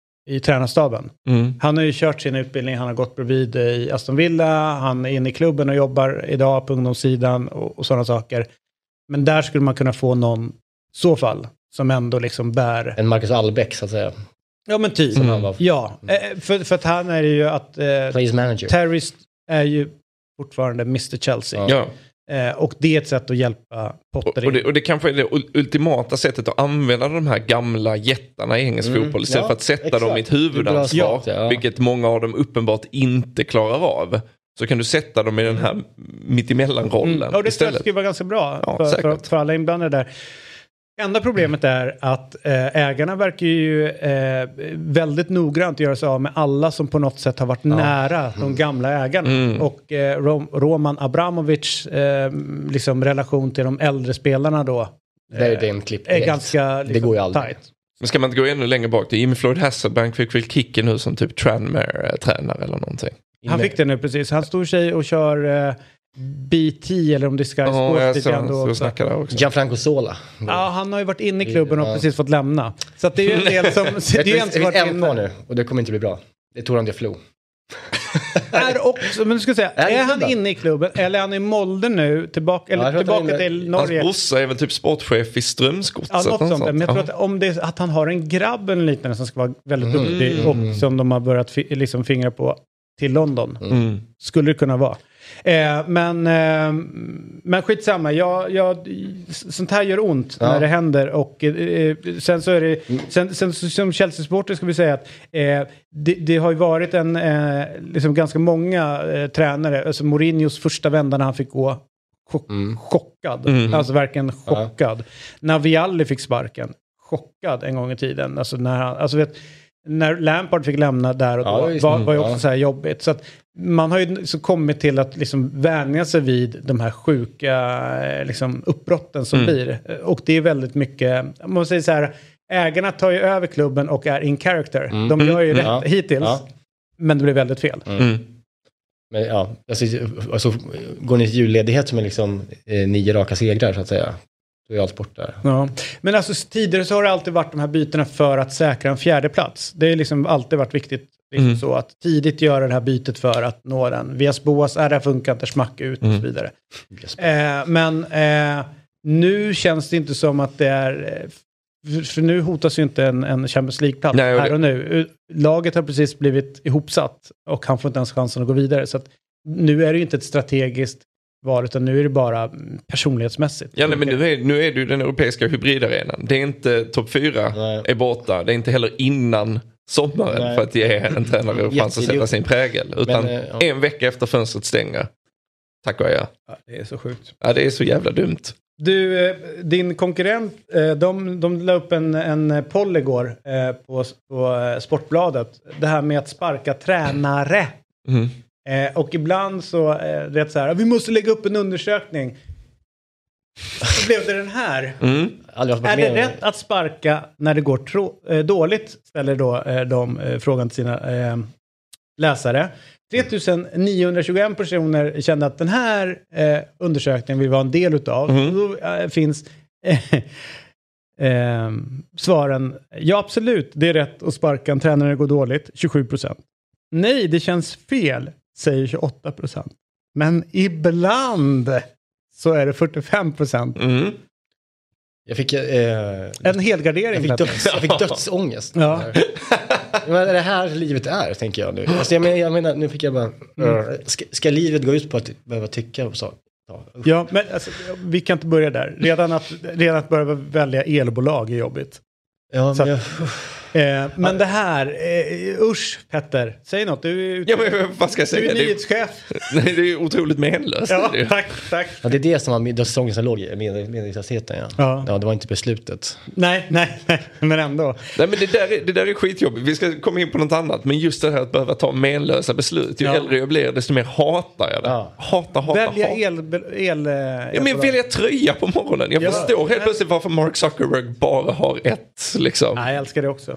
i tränarstaben. Mm. Han har ju kört sin utbildning, han har gått bredvid i Aston Villa, han är inne i klubben och jobbar idag på ungdomssidan och, och sådana saker. Men där skulle man kunna få någon, i så fall, som ändå liksom bär... En Marcus Albeck så att säga. Ja, men typ. Mm. Ja, eh, för, för att han är ju att... Eh, Plays manager. Terrorist är ju fortfarande mister Chelsea. Ja. Eh, och det är ett sätt att hjälpa Potter Och, och, det, och det kanske är det ultimata sättet att använda de här gamla jättarna i engelsk Mm. fotboll istället Ja, för att sätta exakt. dem i ett huvudansvar, Ja, ja. vilket många av dem uppenbart inte klarar av. Så kan du sätta dem i den här mittemellan-rollen Mm. Och det istället. skulle vara ganska bra Ja, för, för, säkert. för alla inblandade där. Enda problemet är att eh, ägarna verkar ju eh, väldigt noggrant göra sig av med alla som på något sätt har varit nära de gamla ägarna. Mm. Och eh, Rom, Roman Abramovic eh, liksom relation till de äldre spelarna då Det är en klipp är direkt. ganska liksom, Det går ju aldrig. tight. Men ska man inte gå ännu längre bak? Jimmy Floyd Hasselbank fick väl kicken nu som typ Tranmere-tränare eller någonting. Han fick det nu precis. Han stod sig och kör eh, B T eller om det är Sky Sports. Ja, jag lite grann då så, så också. snackar där också. Gianfranco Sola. Ja, han har ju varit inne i klubben och Ja. precis fått lämna. Så att det är ju en del som... det Det är ju en finns som varit en inne. kvar nu och det kommer inte bli bra. Det är Toran Deflo. Är också, men du ska säga, Är är, det han klubben? inne i klubben eller är han i Molde nu tillbaka, eller Ja, jag tror att tillbaka han är till inne- Hans Norge? brorsa är väl typ sportchef i Strömsgodset. Ja, något eller sånt där. Men jag tror Ja. att om det är att han har en grabb eller liknande som ska vara väldigt duktig och som de har börjat fi, liksom fingra på till London. Mm. Skulle det kunna vara. Eh, men, eh, men skitsamma. Jag, jag, sånt här gör ont Ja. när det händer. Och eh, sen så är det... Sen, sen så- som Chelsea-supporter ska vi säga att eh, det, det har ju varit en... Eh, liksom ganska många eh, tränare. Alltså Mourinhos första vända när han fick gå chock, chockad. Mm. Alltså verkligen chockad. När Vialli fick sparken. Chockad en gång i tiden. Alltså när han... Alltså vet, när Lampard fick lämna där och då Ja, visst. var, var ju också Ja. så här jobbigt. Så att man har ju så kommit till att liksom vänja sig vid de här sjuka eh, liksom uppbrotten som Mm. blir. Och det är väldigt mycket, man måste säga så här, ägarna tar ju över klubben och är in character. De gör ju rätt Ja. hittills, Ja. men det blir väldigt fel. Mm. Men ja, alltså, alltså går ni till julledighet med liksom eh, nio raka segrar så att säga. Då är allt borta. Ja. Men alltså tidigare så har det alltid varit de här bytena för att säkra en fjärde plats. Det är liksom alltid varit viktigt. Liksom Mm. så att tidigt göra det här bytet för att nå den. Vias Boas, är det här funkar inte, smack ut och Mm. så vidare. Eh, men eh, nu känns det inte som att det är... eh, För, för nu hotas ju inte en, en Champions League-plats Nej, och här det- och nu. Laget har precis blivit ihopsatt och han får inte ens chansen att gå vidare. Så att nu är det ju inte ett strategiskt val utan nu är det bara mm, personlighetsmässigt. Ja, nej, men nu är, nu är det ju den europeiska hybridarenan. Det är inte topp fyra Nej. är borta. Det är inte heller innan sommaren Nej. för att ge en tränare chans att sätta Jätteidiot. sin prägel. Utan Men, eh, ja. en vecka efter fönstret stänger. Tack och ja. Ja, det är så sjukt. Ja, det är så jävla dumt. Du, eh, din konkurrent, eh, de, de la upp en, en poll igår eh, på, på eh, Sportbladet. Det här med att sparka tränare. Mm. Eh, och ibland så, eh, vet så här, vi måste lägga upp en undersökning. Så blev det den här. Mm. Aldrig varit Är med det om- rätt att sparka när det går trå- eh, dåligt? Ställer då eh, de eh, frågan till sina eh, läsare. tre tusen niohundratjugoett personer kände att den här eh, undersökningen vill vara en del utav. Mm. Då eh, finns eh, eh, svaren. Ja, absolut. Det är rätt att sparka en tränare när det går dåligt. tjugosju procent. Nej, det känns fel, säger tjugoåtta procent. Men ibland så är det fyrtiofem procent. Mm. Jag fick, eh, En helgardering. jag fick, Petter. döds, jag fick dödsångest. Ja. Men är det här livet är, tänker jag nu. Alltså, jag, menar, jag menar, nu fick jag bara... Mm. Ska, ska livet gå ut på att behöva tycka och så? Ja. Ja, men alltså, vi kan inte börja där. Redan att, redan att börja välja elbolag är jobbigt. Ja, Så men jag, Eh, men det här, eh, usch Petter, säg något. Du är, Ja, men vad ska jag du säga? är Det är, nyhetschef. nej, det är ju otroligt menlöst. Ja, Det är det. tack, tack. ja, det är det som var dödsångesten som låg i med, medvetslösheten. Ja. Ja. Ja, det var inte beslutet. Nej, nej, nej, men ändå. Nej, men det där, är, det där är skitjobbigt. Vi ska komma in på något annat. Men just det här att behöva ta menlösa beslut. Ju Ja. äldre jag blir, desto mer hatar jag det. Ja. Hatar, hatar, Välja hatar. el... el eh, Ja, men välja tröja på morgonen. Jag Ja. förstår helt plötsligt varför Mark Zuckerberg bara har ett. Liksom. Nej, jag älskar det också.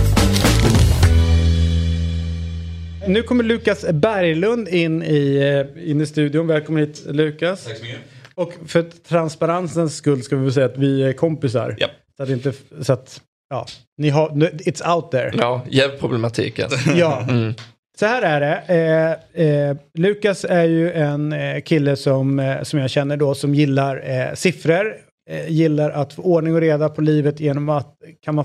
Nu kommer Lukas Berglund in i, eh, in i studion. Välkommen hit, Lukas. Tack så mycket. Och för transparensens skull ska vi väl säga att vi är kompisar. Ja. Så att inte... Så att, ja, ni har... It's out there. Ja, jävproblematiken. Ja. Mm. Så här är det. Eh, eh, Lukas är ju en eh, kille som, eh, som jag känner då som gillar eh, siffror. Eh, gillar att få ordning och reda på livet genom att kan man få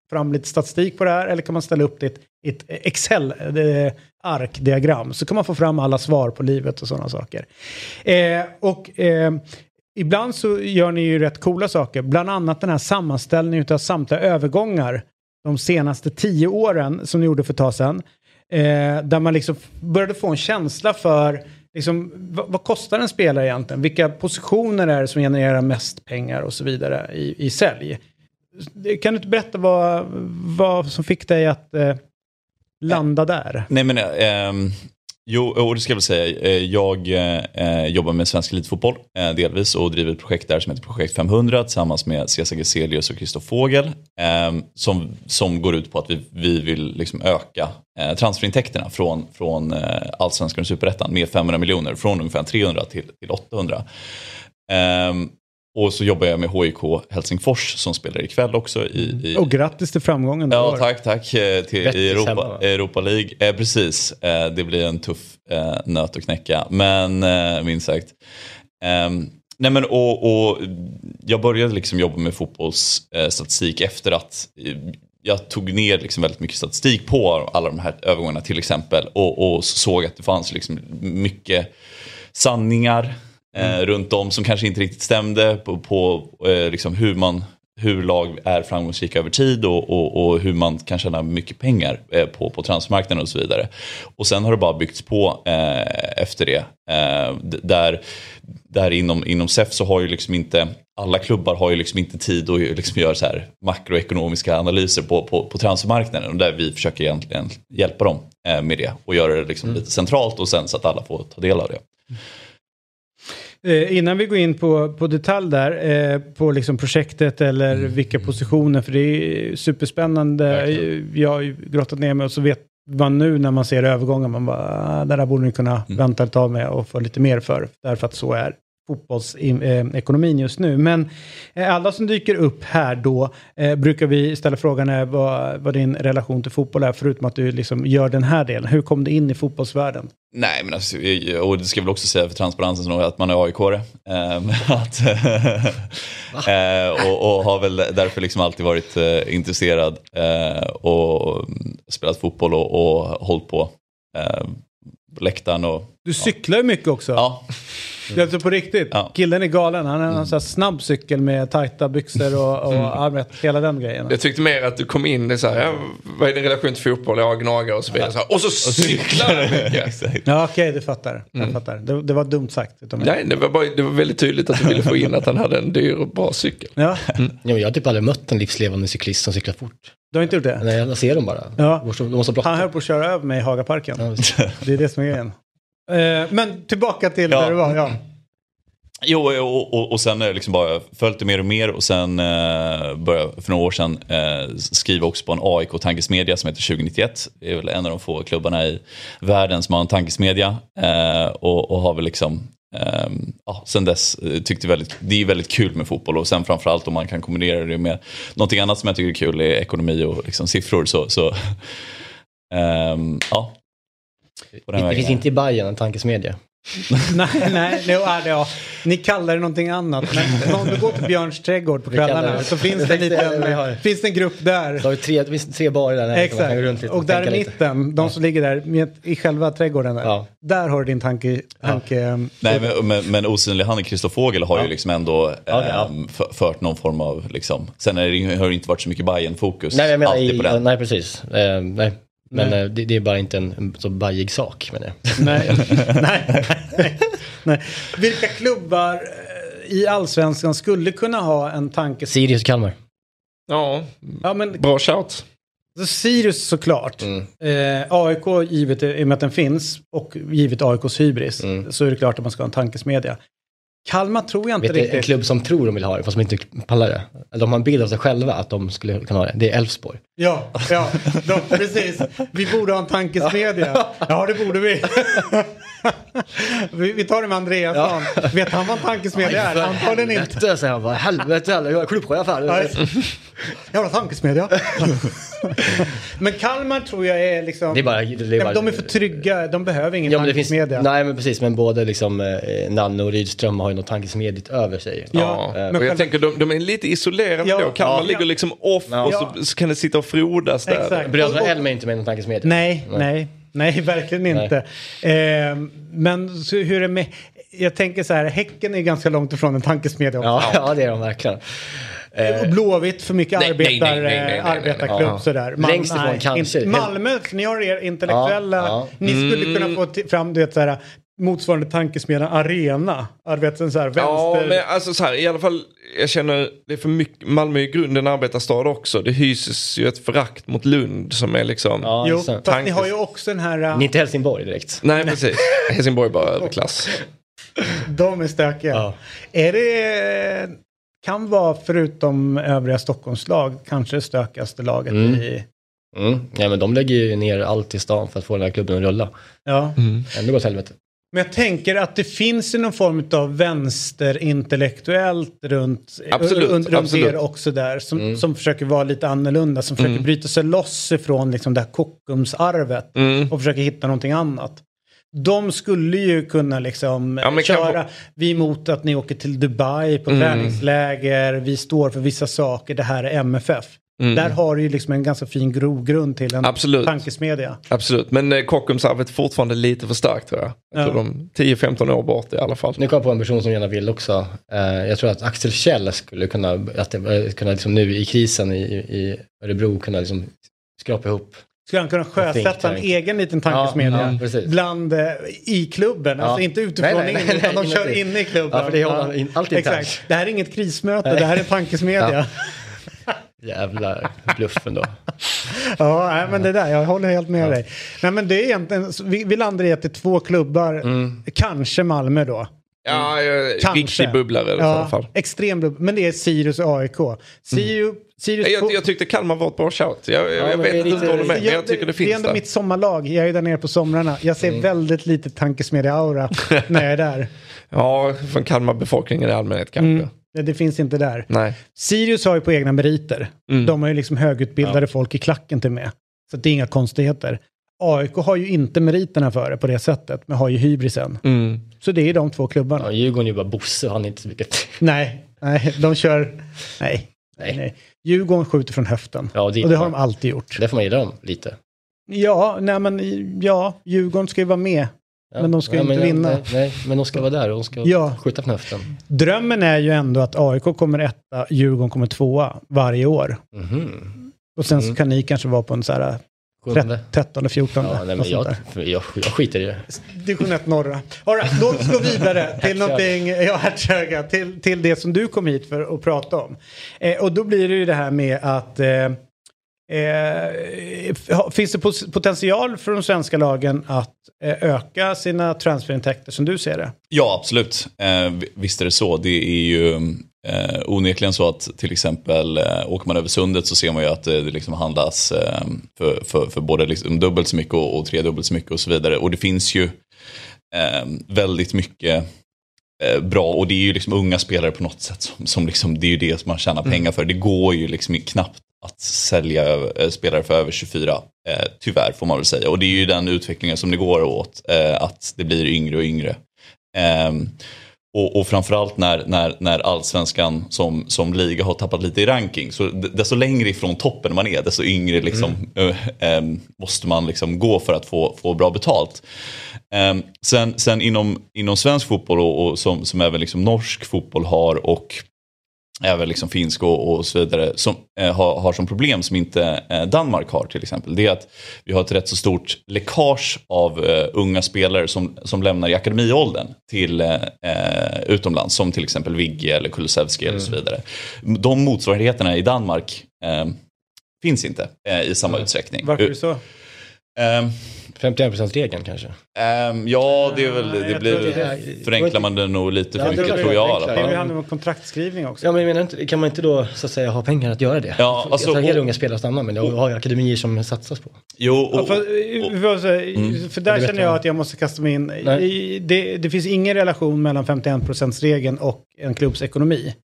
fram lite statistik på det här, eller kan man ställa upp det i ett, ett Excel-arkdiagram, så kan man få fram alla svar på livet och sådana saker. Eh, och eh, ibland så gör ni ju rätt coola saker, bland annat den här sammanställningen av samtliga övergångar de senaste tio åren som ni gjorde för ett tag sedan, eh, där man liksom började få en känsla för liksom, vad, vad kostar en spelare egentligen? Vilka positioner är det som genererar mest pengar och så vidare i, i sälj? Kan du inte berätta vad, vad som fick dig att eh, landa där? Nej men, eh, jo, och det ska jag väl säga, jag eh, jobbar med svensk elitfotboll eh, delvis och driver ett projekt där som heter Projekt femhundra tillsammans med Cesar Geselius och Christoph Fågel eh, som, som går ut på att vi, vi vill liksom öka eh, transferintäkterna från, från eh, Allsvenskan och Superettan med femhundra miljoner, från ungefär trehundra till, till åttahundra. Eh, Och så jobbar jag med H I K Helsingfors som spelar ikväll också. I, i... Och grattis till framgången. Ja, år. tack, tack. Till, i Europa, Europa League. Eh, precis, eh, det blir en tuff eh, nöt att knäcka. Men, eh, minst sagt. Eh, nej men, och, och jag började liksom jobba med fotbollsstatistik eh, efter att jag tog ner liksom väldigt mycket statistik på alla de här övergångarna till exempel. Och, och såg att det fanns liksom mycket sanningar Eh, runt om som kanske inte riktigt stämde på, på eh, liksom hur man hur lag är framgångsrika över tid och, och, och hur man kan tjäna mycket pengar eh, på, på transfermarknaden och så vidare. Och sen har det bara byggts på eh, efter det. Eh, där där inom, inom S E F så har ju liksom inte alla klubbar har ju liksom inte tid att liksom göra så här makroekonomiska analyser på, på, på transfermarknaden, och där vi försöker egentligen hjälpa dem eh, med det och göra det liksom mm. lite centralt och sen så att alla får ta del av det. Eh, innan vi går in på, på detalj där, eh, på liksom projektet eller mm. vilka positioner, för det är superspännande. Verkligen. Jag har ju grottat ner mig och så vet man nu när man ser övergången, man bara, där, där borde ni kunna mm. vänta ett tag med och få lite mer för, därför att så är fotbollsekonomin just nu. Men eh, alla som dyker upp här då eh, brukar vi ställa frågan är vad, vad din relation till fotboll är, förutom att du liksom gör den här delen. Hur kom du in i fotbollsvärlden? Nej, men alltså, och det ska väl också säga för transparensen att man är A I K-are. Eh, att, eh, och, och har väl därför liksom alltid varit eh, intresserad eh, och spelat fotboll och, och hållit på eh, läktaren. Och, du cyklar ju ja. mycket också. Ja. Jag tror på riktigt. Ja. Killen är galen. Han har en mm. sån här snabb cykel med tajta byxor och, och mm. armrätt, hela den grejen. Jag tyckte mer att du kom in i så här, ja, vad är din relation till fotboll? Jag gnagar och så vidare. Så här, och så cyklar du mycket. Ja, okej, okay, du fattar. Mm. Jag fattar. Det, det var dumt sagt. Nej, det var, bara, det var väldigt tydligt att du ville få in att han hade en dyr och bra cykel. Ja. Mm. Ja, men jag har typ aldrig mött en livslevande cyklist som cyklar fort. Du har inte gjort det? Nej, jag ser dem bara. Ja. De måste, de han höll på att köra över mig i Hagaparken. Ja, det är det som är grejen. Uh, men tillbaka till ja. där du var, ja. Jo, och, och, och sen liksom bara följt det mer och mer och sen eh, började för några år sedan eh, skriva också på en A I K-tankesmedja som heter tjugo nittioett. Det är väl en av de få klubbarna i världen som har en tankesmedja eh, och, och har väl liksom eh, ja, sen dess tyckte väldigt, det är väldigt kul med fotboll, och sen framförallt om man kan kombinera det med någonting annat som jag tycker är kul är ekonomi och liksom siffror, så, så eh, ja. Det, det finns inte i Bayern en tankesmedja. nej, nej, nej är det, ja. Ni kallar det någonting annat. Men om du går till Björns trädgård på kvällarna så finns det en liten, finns det en grupp där. Så har vi tre, det finns tre barer där. Exakt, runt lite och, och där i mitten, de som ja. ligger där med, i själva trädgården där. Ja. Där har du din tanke. tanke ja. Nej, men, men, men osynlig han och Christoph Fågel har ja. ju liksom ändå ja, ja. äm, fört någon form av liksom, sen är det, har det inte varit så mycket Bayern-fokus. Nej, jag menar, alltid i, på den. Nej, precis. Uh, nej. Men det, det är bara inte en, en så bajig sak, menar jag. Nej, nej, nej, nej. Vilka klubbar i Allsvenskan skulle kunna ha en tanke? Sirius och Kalmar. Ja, ja men, bra shout. Så Sirius såklart. Mm. Eh, A I K, givet i och med att den finns, och givet A I K:s hybris, mm. så är det klart att man ska ha en tankesmedja. Kalmar tror jag inte Vet riktigt. En klubb som tror de vill ha det, fast som inte pallar det. De har en bild av sig själva att de skulle kunna ha det. Det är Elfsborg. Ja, ja de, precis. Vi borde ha en tankesmedja. Ja, det borde vi. vi, vi tar det med Andreasson. Ja. Vet han vad en tankesmedja är? Antagligen inte. Säger han bara, helvete, jag är klubbchef här. Jävla tankesmedja. Men Kalmar tror jag är liksom... Det är bara, det är bara, de är för trygga, de behöver ingen ja, men det finns, tankesmedja. nej men precis, men både liksom eh, Nanne och Rydström har ju något tankesmedligt över sig. Ja, Ja, men och jag själva- tänker de, de är lite isolerade Ja, då. Kalmar ja. ligger liksom off Ja. och så, så kan det sitta och frodas där. Exakt. Bröderna Och- och- Elm är inte med i någon tankesmedja. Nej, nej, nej, verkligen inte. Eh, men så hur är det med... Jag tänker så här, Häcken är ganska långt ifrån en tankesmedja också. Ja, ja, det är de verkligen. Och Blåvitt för mycket Nej, nej, arbetar, nej, nej, nej, nej, nej. arbetarklubb Ja. sådär. Längst ifrån kanske. Inte, Malmö, för ni har er intellektuella... Ja, ja. Ni skulle kunna få t- fram, du vet, såhär, motsvarande tankesmedjan Arena. Arbetar så här, vänster... Ja, men alltså så här, i alla fall, jag känner, det är för mycket, Malmö är i grunden arbetarstad också. Det hyses ju ett förakt mot Lund som är liksom... Ja, Jo, så. fast tankes- ni har ju också den här... äh, Ni är inte Helsingborg direkt. Nej, precis. Helsingborg är bara överklass. De är stökiga. Ja. Är det... Kan vara, förutom övriga Stockholmslag, kanske det stökigaste laget Mm. i... Mm. Ja, men de lägger ju ner allt i stan för att få den här klubben att rulla. Ja. Ändå går åt helvete. Men jag tänker att det finns ju någon form av vänsterintellektuellt runt, Absolut, runt, runt absolut. er också där. Som, Mm. som försöker vara lite annorlunda. Som försöker Mm. bryta sig loss ifrån liksom det här Kockumsarvet. Mm. Och försöker hitta någonting annat. De skulle ju kunna liksom Ja, men kan köra, vara- vi är emot att ni åker till Dubai på Mm. träningsläger. Vi står för vissa saker, det här är M F F. Mm. Där har du ju liksom en ganska fin grogrund till en Absolut. tankesmedja. Absolut, men eh, Kockumsarvet är fortfarande lite för starkt tror jag. Jag Ja. tror de tio femton år bort i alla fall. Nu kom jag på en person som gärna vill också. Eh, jag tror att Axel Kjell skulle kunna, att det, kunna liksom nu i krisen i, i Örebro kunna liksom skrapa ihop. Skulle han kunna Think sjösätta en tank. egen liten tankesmedja Ja, ja, precis. bland eh, i klubben? Ja. Alltså inte utifrån Nej, nej, in, nej, utan de nej, kör inuti. inne i klubben. Ja, för det håller in- alltid internt. Exakt. Det här är inget krismöte, det här är tankesmedja. Jävla bluffen då. Ja, nej, men det där, jag håller helt med dig. Nej, men det är egentligen, vi, vi landar i att det är två klubbar, Mm. kanske Malmö då. Ja, eh, Kanske. riktig bubblare i alla fall. extrem bubblare, men det är Sirius och A I K. Sirius, Sirius Jag, jag tyckte Kalmar var ett bra shout. Jag, jag, Ja, jag men vet det är inte lite- vad du med, men Ja, jag tycker det det är finns ändå där. mitt sommarlag. Jag är där nere på somrarna. Jag ser väldigt lite tankesmedja-aura när jag är där. Ja, från Kalmar-befolkningen i allmänhet kanske. Mm. Det, det finns inte där. Nej. Sirius har ju på egna meriter. Mm. De har ju liksom högutbildade folk i klacken till med. Så det är inga konstigheter. A I K har ju inte meriterna för det på det sättet, men har ju hybrisen. Mm. Så det är de två klubbarna. Ja, Djurgården är ju bara Bosse, han är inte så mycket. Nej, nej, de kör... Nej, nej, nej. Djurgården skjuter från höften. Ja, det, Och det har de alltid gjort. det får man gilla dem lite. Ja, nej men ja, Djurgården ska ju vara med. Ja. Men de ska ja, inte men, vinna. Nej, nej, men de ska vara där och de ska Ja. skjuta från höften. Drömmen är ju ändå att A I K kommer etta, Djurgården kommer tvåa varje år. Mhm. Och sen så Mm. kan ni kanske vara på en så här Sjunde. trettonde, fjortonde. Ja, nej, men något sånt jag, där. jag, jag skiter i det. Division ett norra. All right, låt oss gå vidare till någonting, ja, Hertsöga, till, till det som du kom hit för att prata om. Eh, och då blir det ju det här med att eh, eh, finns det pos- potential för de svenska lagen att eh, öka sina transferintäkter som du ser det? Ja, absolut. Eh, visst är det så. Det är ju eh, onekligen så att till exempel eh, åker man över sundet så ser man ju att det, det liksom handlas eh, för, för, för både liksom dubbelt så mycket och, och tredubbelt så mycket och så vidare. Och det finns ju eh, väldigt mycket eh, bra, och det är ju liksom unga spelare på något sätt som, som liksom, det är ju det som man tjänar pengar för. Det går ju liksom knappt att sälja eh, spelare för över tjugofyra, eh, tyvärr får man väl säga. Och det är ju den utvecklingen som det går åt, eh, att det blir yngre och yngre. Um, och, och framförallt när, när, när allsvenskan som, som liga har tappat lite i ranking, så d- desto längre ifrån toppen man är, desto yngre liksom, mm. uh, um, måste man liksom gå för att få, få bra betalt. Um, sen sen inom, inom svensk fotboll och, och som, som även liksom norsk fotboll har, och även liksom finsk och, och så vidare, som eh, har, har som problem som inte eh, Danmark har till exempel, det är att vi har ett rätt så stort läckage av eh, unga spelare som, som lämnar i akademiåldern till eh, utomlands, som till exempel Vigge eller Kulusevski mm. eller så vidare. De motsvarigheterna i Danmark eh, finns inte eh, i samma mm. utsträckning. Varför är det så? Eh, femtioen procent-regeln kanske? Um, ja, det är väl, det jag blir, tror det är- förenklar man det nog lite för Ja, det mycket, är tror jag i alla förenklar. Det fall. handlar om kontraktskrivning också. Ja, men jag menar inte, kan man inte då så att säga ha pengar att göra det? Ja, alltså, jag tar hela och- unga spelare stanna, men jag har ju akademier som satsas på. Jo, och, Ja, och, för, för, för, för där Det vet känner jag. jag att jag måste kasta mig in. Nej. I, det, det finns ingen relation mellan femtioen procent-regeln och en klubbs ekonomi.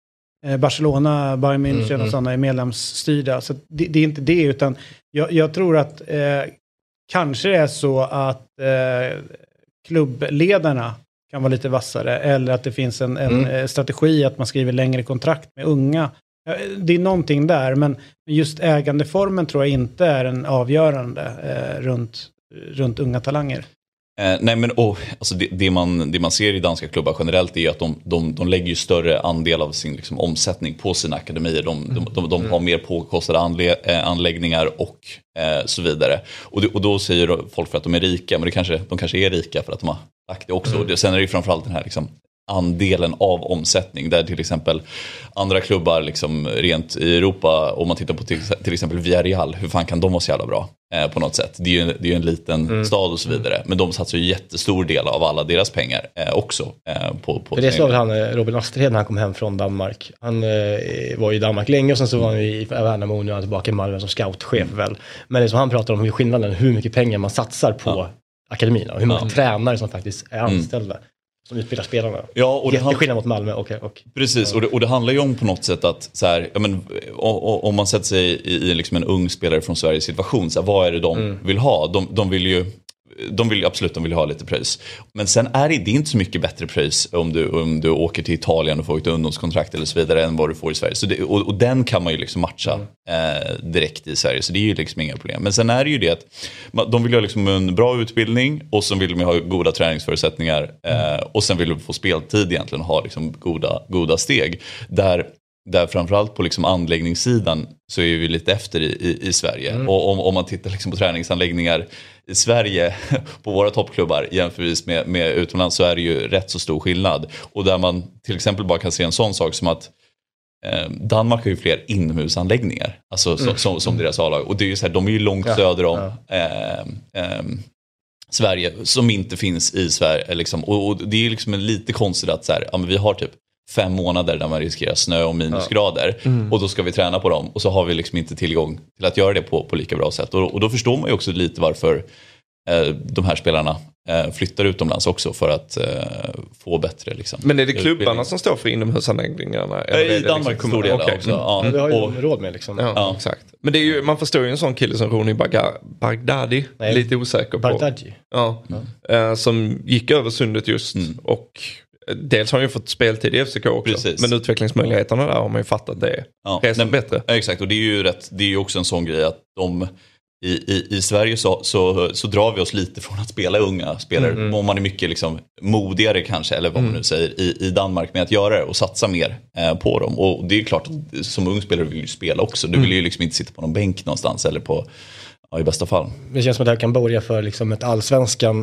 Barcelona, Bayern München mm, och mm. sådana är medlemsstyrda. Så det, det är inte det, utan jag, jag tror att eh, kanske det är så att eh, klubbledarna kan vara lite vassare, eller att det finns en, en mm. strategi att man skriver längre kontrakt med unga. Det är någonting där, men just ägandeformen tror jag inte är en avgörande eh, runt, runt unga talanger. Eh, nej men oh, alltså det, det, man, det man ser i danska klubbar generellt är att de, de, de lägger ju större andel av sin liksom, omsättning på sina akademier. De, mm. de, de, de har mer påkostade anle, eh, anläggningar och eh, så vidare. Och, det, och då säger folk för att de är rika, men det kanske, de kanske är rika för att de har lagt det också. Mm. Och sen är det ju framförallt den här liksom, andelen av omsättning där till exempel andra klubbar liksom rent i Europa, om man tittar på till, till exempel Villarreal, hur fan kan de vara så jävla bra eh, på något sätt? Det är ju, det är ju en liten mm. stad och så vidare, men de satsar ju jättestor del av alla deras pengar eh, också eh, på, på det sa han, Robin Asterhed, när han kom hem från Danmark. Han eh, var i Danmark länge och sen så var han i Värnamo och nu är han tillbaka i Malmö som scoutchef mm. väl. Men det som han pratar om hur skillnaden, hur mycket pengar man satsar på ja. akademierna och hur många ja. tränare som faktiskt är anställda. Mm. Som utbildar spelarna. Ja, och det jätteskillnad mot Malmö. Och, och, precis, och det, och det handlar ju om på något sätt att så här, ja, men, och, och, om man sätter sig i, i liksom en ung spelare från Sveriges situation, så här, vad är det de mm. vill ha? De, de vill ju de vill absolut de vill ha lite pröjs. Men sen är det, det är inte så mycket bättre pröjs om du, om du åker till Italien och får ett ungdomskontrakt eller så vidare än vad du får i Sverige. Så det, och, och den kan man ju liksom matcha mm. eh, direkt i Sverige. Så det är ju liksom inga problem. Men sen är det ju det att de vill ha liksom en bra utbildning och så vill de ha goda träningsförutsättningar eh, och sen vill de få speltid egentligen och ha liksom goda, goda steg. Där Där framförallt på liksom anläggningssidan så är vi lite efter i, i, i Sverige. Mm. Och om, om man tittar liksom på träningsanläggningar i Sverige på våra toppklubbar jämförvis med, med utomlands, så är det ju rätt så stor skillnad. Och där man till exempel bara kan se en sån sak som att eh, Danmark har ju fler inomhusanläggningar. Alltså mm. som, som, som deras A-lag. Och det är ju så här, de är ju långt ja. söder om ja. eh, eh, Sverige som inte finns i Sverige. Liksom. Och, och det är liksom en lite konstigt att så här, ja, men vi har typ fem månader där man riskerar snö och minusgrader ja. mm. och då ska vi träna på dem och så har vi liksom inte tillgång till att göra det på, på lika bra sätt och, och då förstår man ju också lite varför eh, de här spelarna eh, flyttar utomlands också för att eh, få bättre liksom. Men är det klubbarna som står för inomhusanläggningarna? I Danmark liksom stor del okay. också. Mm. Ja. Mm. Det har ju och, råd med liksom. Ja, ja. Exakt. Men det är ju, man förstår ju en sån kille som Roni Baghdadi, Nej. lite osäker på. Baghdadi. Ja. ja. Eh, som gick över sundet just mm. och dels har han ju fått speltid i F C K också. Precis. Men utvecklingsmöjligheterna där har man ju fattat det ja, resten bättre. Ja, exakt, och det är ju rätt, det är ju också en sån grej att de i, i, i Sverige så, så, så drar vi oss lite från att spela unga spelare. Mm. Om man är mycket liksom modigare kanske, eller vad man nu säger, i, i Danmark med att göra det och satsa mer eh, på dem. Och det är klart att som ung spelare vill du spela också. Du vill ju liksom inte sitta på någon bänk någonstans eller på... Ja, i bästa fall. Det känns som att det här kan börja för liksom ett allsvenskan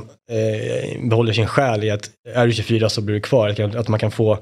eh, behåller sin själ i att är du tjugofyra så blir du kvar. Att man kan få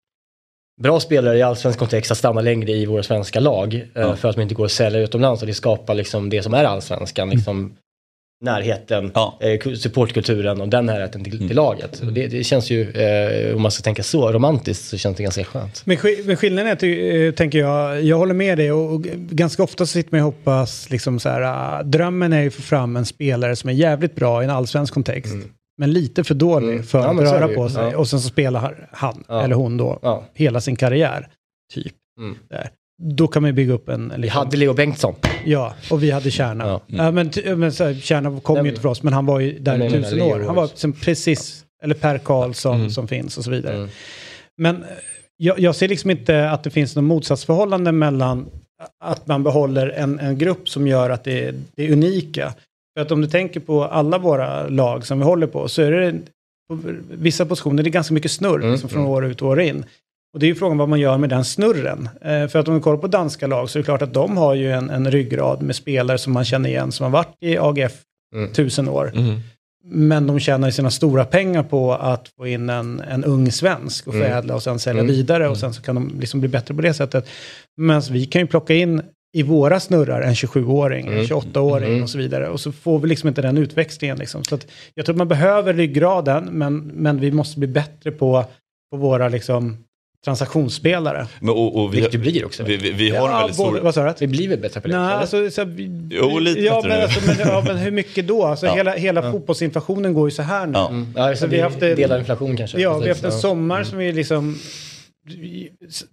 bra spelare i allsvensk kontext att stanna längre i våra svenska lag eh, ja. för att man inte går att sälja utomlands och det skapar liksom det som är allsvenskan. Liksom mm. närheten, ja. eh, supportkulturen och den närheten till, mm. till laget. Och det, det känns ju, eh, om man ska tänka så romantiskt så känns det ganska skönt. Men, men skillnaden är att, äh, tänker jag, jag håller med dig och, och ganska ofta så sitter man och hoppas liksom så här, äh, drömmen är ju att få fram en spelare som är jävligt bra i en allsvensk kontext. Mm. Men lite för dålig mm. för ja, att röra på sig. Ja. Och sen så spelar han ja. eller hon då ja. hela sin karriär. Typ. Mm. Där. Då kan man bygga upp en... Liksom, vi hade Leo Bengtsson. Ja, och vi hade Kärna. Ja. Mm. Ja, men men så här, Kärna kom nej, ju inte för oss, men han var ju där i tusen år. Han var som precis, ja. eller Per Karlsson mm. som finns och så vidare. Mm. Men jag, jag ser liksom inte att det finns något motsatsförhållande mellan att man behåller en, en grupp som gör att det, det är unika. För att om du tänker på alla våra lag som vi håller på, så är det på vissa positioner det är ganska mycket snurr mm. liksom, från år ut och år in. Och det är ju frågan vad man gör med den snurren. Eh, för att om vi kollar på danska lag så är det klart att de har ju en, en ryggrad med spelare som man känner igen som har varit i A G F mm. tusen år. Mm. Men de tjänar sina stora pengar på att få in en, en ung svensk och förädla mm. och sen sälja mm. vidare och sen så kan de liksom bli bättre på det sättet. Men vi kan ju plocka in i våra snurrar en tjugosju-åring, mm. en tjugoåtta-åring mm. och så vidare. Och så får vi liksom inte den utväxlingen. Liksom. Så att jag tror man behöver ryggraden men, men vi måste bli bättre på, på våra liksom transaktionsspelare. Men och, och vi, Vilket det blir också. Vi, vi, vi har ja, en väldigt stor... Vad sa du? Vi blir väl bättre på det? Nej, alltså, så, vi, jo, lite ja, men, alltså, men, ja, men hur mycket då? Alltså, ja. Hela, hela ja. fotbollsinflationen går ju så här nu. Ja, mm. ja så vi har haft en del inflation kanske. Ja, vi har haft en sommar mm. som är liksom...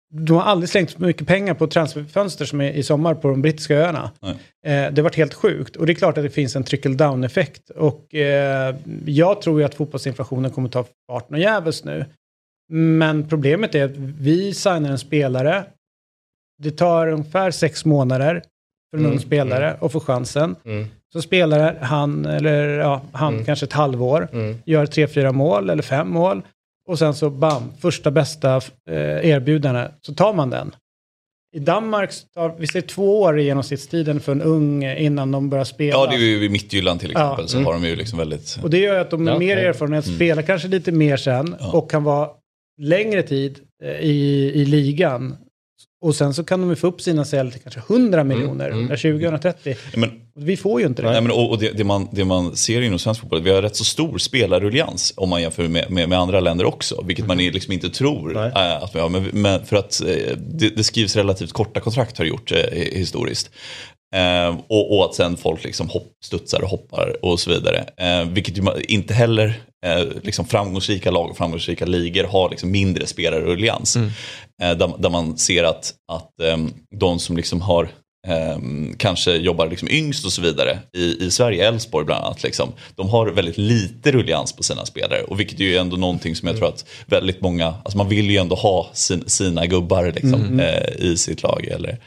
de har aldrig slängt så mycket pengar på transferfönster som är i sommar på de brittiska öarna. Eh, det har varit helt sjukt. Och det är klart att det finns en trickle-down-effekt. Och eh, jag tror ju att fotbollsinflationen kommer ta fart och jävels nu. Men problemet är att vi signar en spelare. Det tar ungefär sex månader för en mm, ung spelare mm. att få chansen. Mm. Så spelar han, eller ja, han mm. kanske ett halvår. Mm. Gör tre, fyra mål eller fem mål. Och sen så bam, första bästa eh, erbjudande, så tar man den. I Danmark tar, vi ser två år i genomsnittstiden för en ung innan de börjar spela. Ja, det är ju i Midtjylland till exempel, ja. så mm. har de ju liksom väldigt... Och det gör att de är ja, mer ja. erfarenhet, mm. spelar kanske lite mer sen ja. och kan vara längre tid eh, i, i ligan. Och sen så kan de ju få upp sina sälj till kanske hundra miljoner, mm. hundratjugo hundratrettio. Men, vi får ju inte det. Nej, men, och och det, det, man, det man ser inom svensk fotboll, vi har rätt så stor spelarruljans om man jämför med, med, med andra länder också. Vilket mm. man liksom inte tror. Äh, att vi har, men, men för att äh, det, det skrivs relativt korta kontrakt har gjort äh, historiskt. Uh, och, och att sen folk liksom hopp, studsar och hoppar och så vidare. Uh, vilket ju inte heller uh, liksom framgångsrika lag och framgångsrika ligor har liksom mindre spelarruljans. Mm. Uh, där, där man ser att, att um, de som liksom har um, kanske jobbar liksom yngst och så vidare i, i Sverige, Elfsborg bland annat, liksom, de har väldigt lite ruljans på sina spelare. Och vilket är ju ändå någonting som jag tror att väldigt många, alltså man vill ju ändå ha sin, sina gubbar liksom, mm. uh, i sitt lag eller...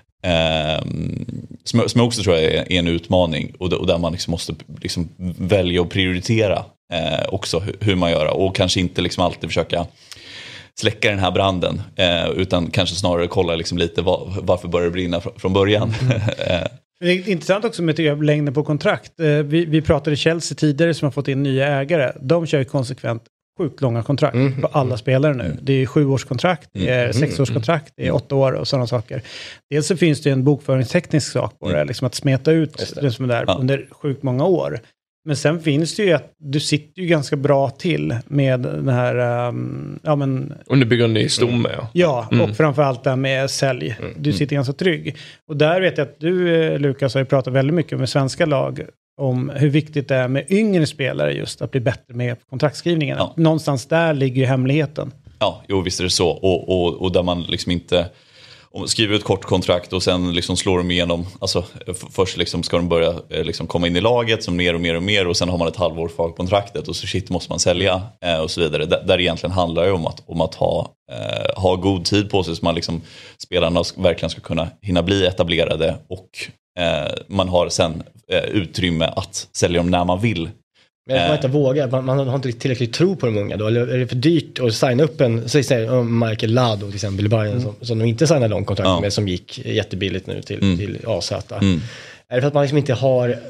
Um, som, som jag också tror är, är en utmaning och, och där man liksom måste liksom välja och prioritera uh, också hur, hur man gör och kanske inte liksom alltid försöka släcka den här branden uh, utan kanske snarare kolla liksom lite var, varför börjar det brinna fr- från början. Mm. Det är intressant också med längden på kontrakt. Vi, vi pratade Chelsea tidigare som har fått in nya ägare. De kör ju konsekvent sjukt långa kontrakt mm. på alla spelare nu. Mm. Det är sjuårskontrakt, det är sexårskontrakt, det är åtta år och sådana saker. Dels så finns det en bokföringsteknisk sak på det, liksom att smeta ut det. det som är där ja. under sjukt många år. Men sen finns det ju att du sitter ju ganska bra till med den här... Um, ja, men, och du bygger en ny stomme. Ja, ja mm. och framförallt där med sälj. Mm. Du sitter ganska trygg. Och där vet jag att du, Lukas, har ju pratat väldigt mycket med svenska lag om hur viktigt det är med yngre spelare just att bli bättre med kontraktskrivningen. Ja. Någonstans där ligger ju hemligheten. Ja, jo visst är det så. Och, och, och där man liksom inte skriver ett kort kontrakt och sen liksom slår de igenom. Alltså f- först liksom ska de börja liksom komma in i laget som mer och mer och mer och sen har man ett halvår för kontraktet och så shit måste man sälja eh, och så vidare. D- där egentligen handlar det om att, om att ha, eh, ha god tid på sig så man liksom spelarna verkligen ska kunna hinna bli etablerade och eh, man har sen eh, utrymme att sälja dem när man vill. Men man inte vågar, man, man har inte tillräckligt tro på de unga då, eller är det för dyrt att signa upp en, så säger Michael Lado till exempel i Bayern mm. som, som de inte signar långkontrakt ja. med, som gick jättebilligt nu till, mm. till A Z. Mm. Är det för att man liksom inte har eh,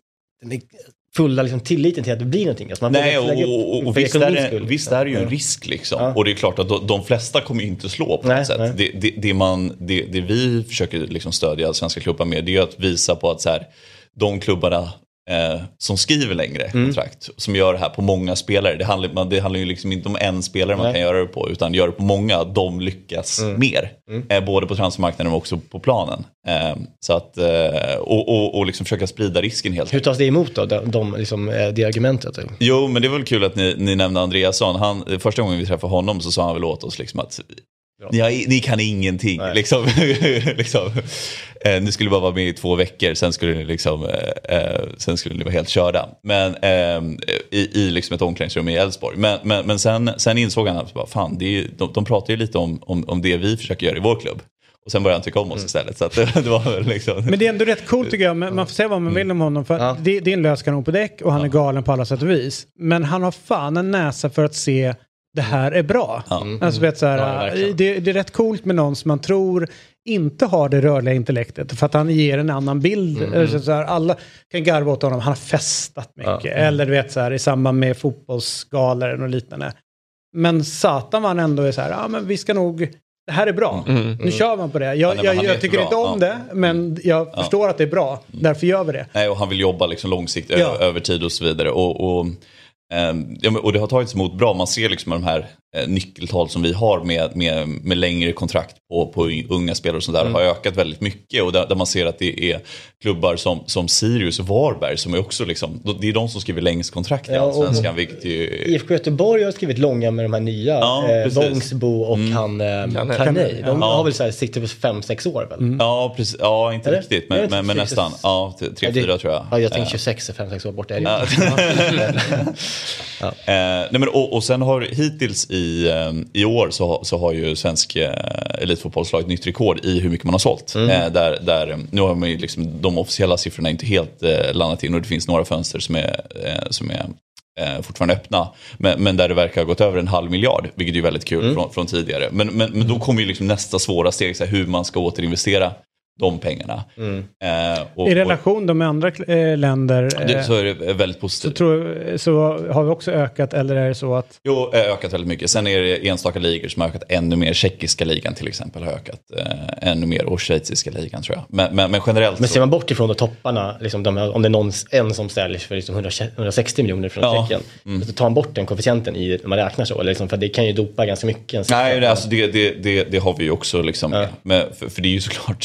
den fulla liksom tilliten till att det blir någonting? Alltså man Nej, och, och, och, och visst, är det, visst är det ju en risk liksom. Ja. Och det är klart att de, de flesta kommer ju inte slå på nej, något sätt. Det, det, det, man, det, det vi försöker liksom stödja svenska klubbar med, det är ju att visa på att så här, de klubbarna Eh, som skriver längre mm. kontrakt, som gör det här på många spelare. Det handlar, det handlar ju liksom inte om en spelare man Nej. kan göra det på, utan gör det på många, de lyckas mm. mer. Mm. Eh, både på transfermarknaden och också på planen. Eh, så att, eh, och, och, och liksom försöka sprida risken helt. Hur tas det emot då, de, de, liksom, det argumentet? Jo, men det är väl kul att ni, ni nämnde Andreasson. Han, första gången vi träffade honom så sa han väl åt oss liksom att Ni, ni kan ingenting liksom, liksom. Eh, ni skulle bara vara med i två veckor, sen skulle ni liksom eh, sen skulle ni vara helt körda. Men eh, i, i liksom ett omklädningsrum i Elfsborg. Men, men, men sen, sen insåg han att bara, fan, det är, de, de pratar ju lite om, om, om det vi försöker göra i vår klubb. Och sen började han tycka om oss istället. Så att det, det var liksom... Men det är ändå rätt coolt tycker jag. Men man får säga vad man vill om honom. För ja. det, det är en löskanon på däck och han ja. är galen på alla sätt och vis. Men han har fan en näsa för att se det här är bra. Ja. Mm. Alltså, vet, så här, ja, det, det är rätt coolt med någon som man tror inte har det rörliga intellektet. För att han ger en annan bild. Mm. Så, så här, alla kan garva åt honom. Han har festat mycket. Ja. Eller du vet så här, i samband med fotbollsgalor och liknande. Men satan var han ändå är så här, ja men vi ska nog... Det här är bra. Mm, mm. Nu kör man på det. Jag, ja, nej, jag, jag tycker inte om ja. det, men jag ja. förstår att det är bra. Därför gör vi det. Nej, och han vill jobba liksom långsiktigt ja. över tid och så vidare. Och, och, eh, ja, och det har tagits emot bra. Man ser liksom de här nyckeltal som vi har med, med, med längre kontrakt på, på unga spelare och sånt där mm. har ökat väldigt mycket. Och där, där man ser att det är klubbar som, som Sirius och Varberg som är också liksom, det är de som skriver längst kontrakt i Allsvenskan. Vilket ju... I F K Göteborg har skrivit långa med de här nya, ja, eh, Vångsbo och mm. han eh, Carney. De ja. har väl så här, sitter på fem sex år väl? Mm. Ja, precis. Ja, inte Eller? riktigt, men, men, men nästan. Ja, tre fyra tror jag. Ja, jag tänkte tjugosex, fem sex år bort. Är det ja. eh, nej, men, och, och sen har hittills i, i år så, så har ju svensk eh, elitfotboll slagit nytt rekord i hur mycket man har sålt. Mm. Eh, där, där, nu har man ju liksom, de officiella siffrorna inte helt eh, landat in och det finns några fönster som är, eh, som är eh, fortfarande öppna. Men, men där det verkar ha gått över en halv miljard, vilket är väldigt kul mm. från, från tidigare. Men, men, men då kommer ju liksom nästa svåra steg, så här, hur man ska återinvestera de pengarna. Mm. Eh, och, I relation då med andra eh, länder det, så är det väldigt positivt. Så, tror, så har vi också ökat, eller är det så att... Jo, ökat väldigt mycket. Sen är det enstaka ligor som har ökat ännu mer. Tjeckiska ligan till exempel har ökat eh, ännu mer, och schweiziska ligan tror jag. Men, men, men generellt Men ser så... man bort ifrån då topparna, liksom de, om det är någon en som säljs för liksom hundrasextio miljoner från ja. Tjeckien, mm. så tar man bort den koefficienten i, när man räknar så, eller liksom, för det kan ju dopa ganska mycket. Nej, det, alltså det, det, det, det har vi ju också liksom, ja. med, för, för det är ju såklart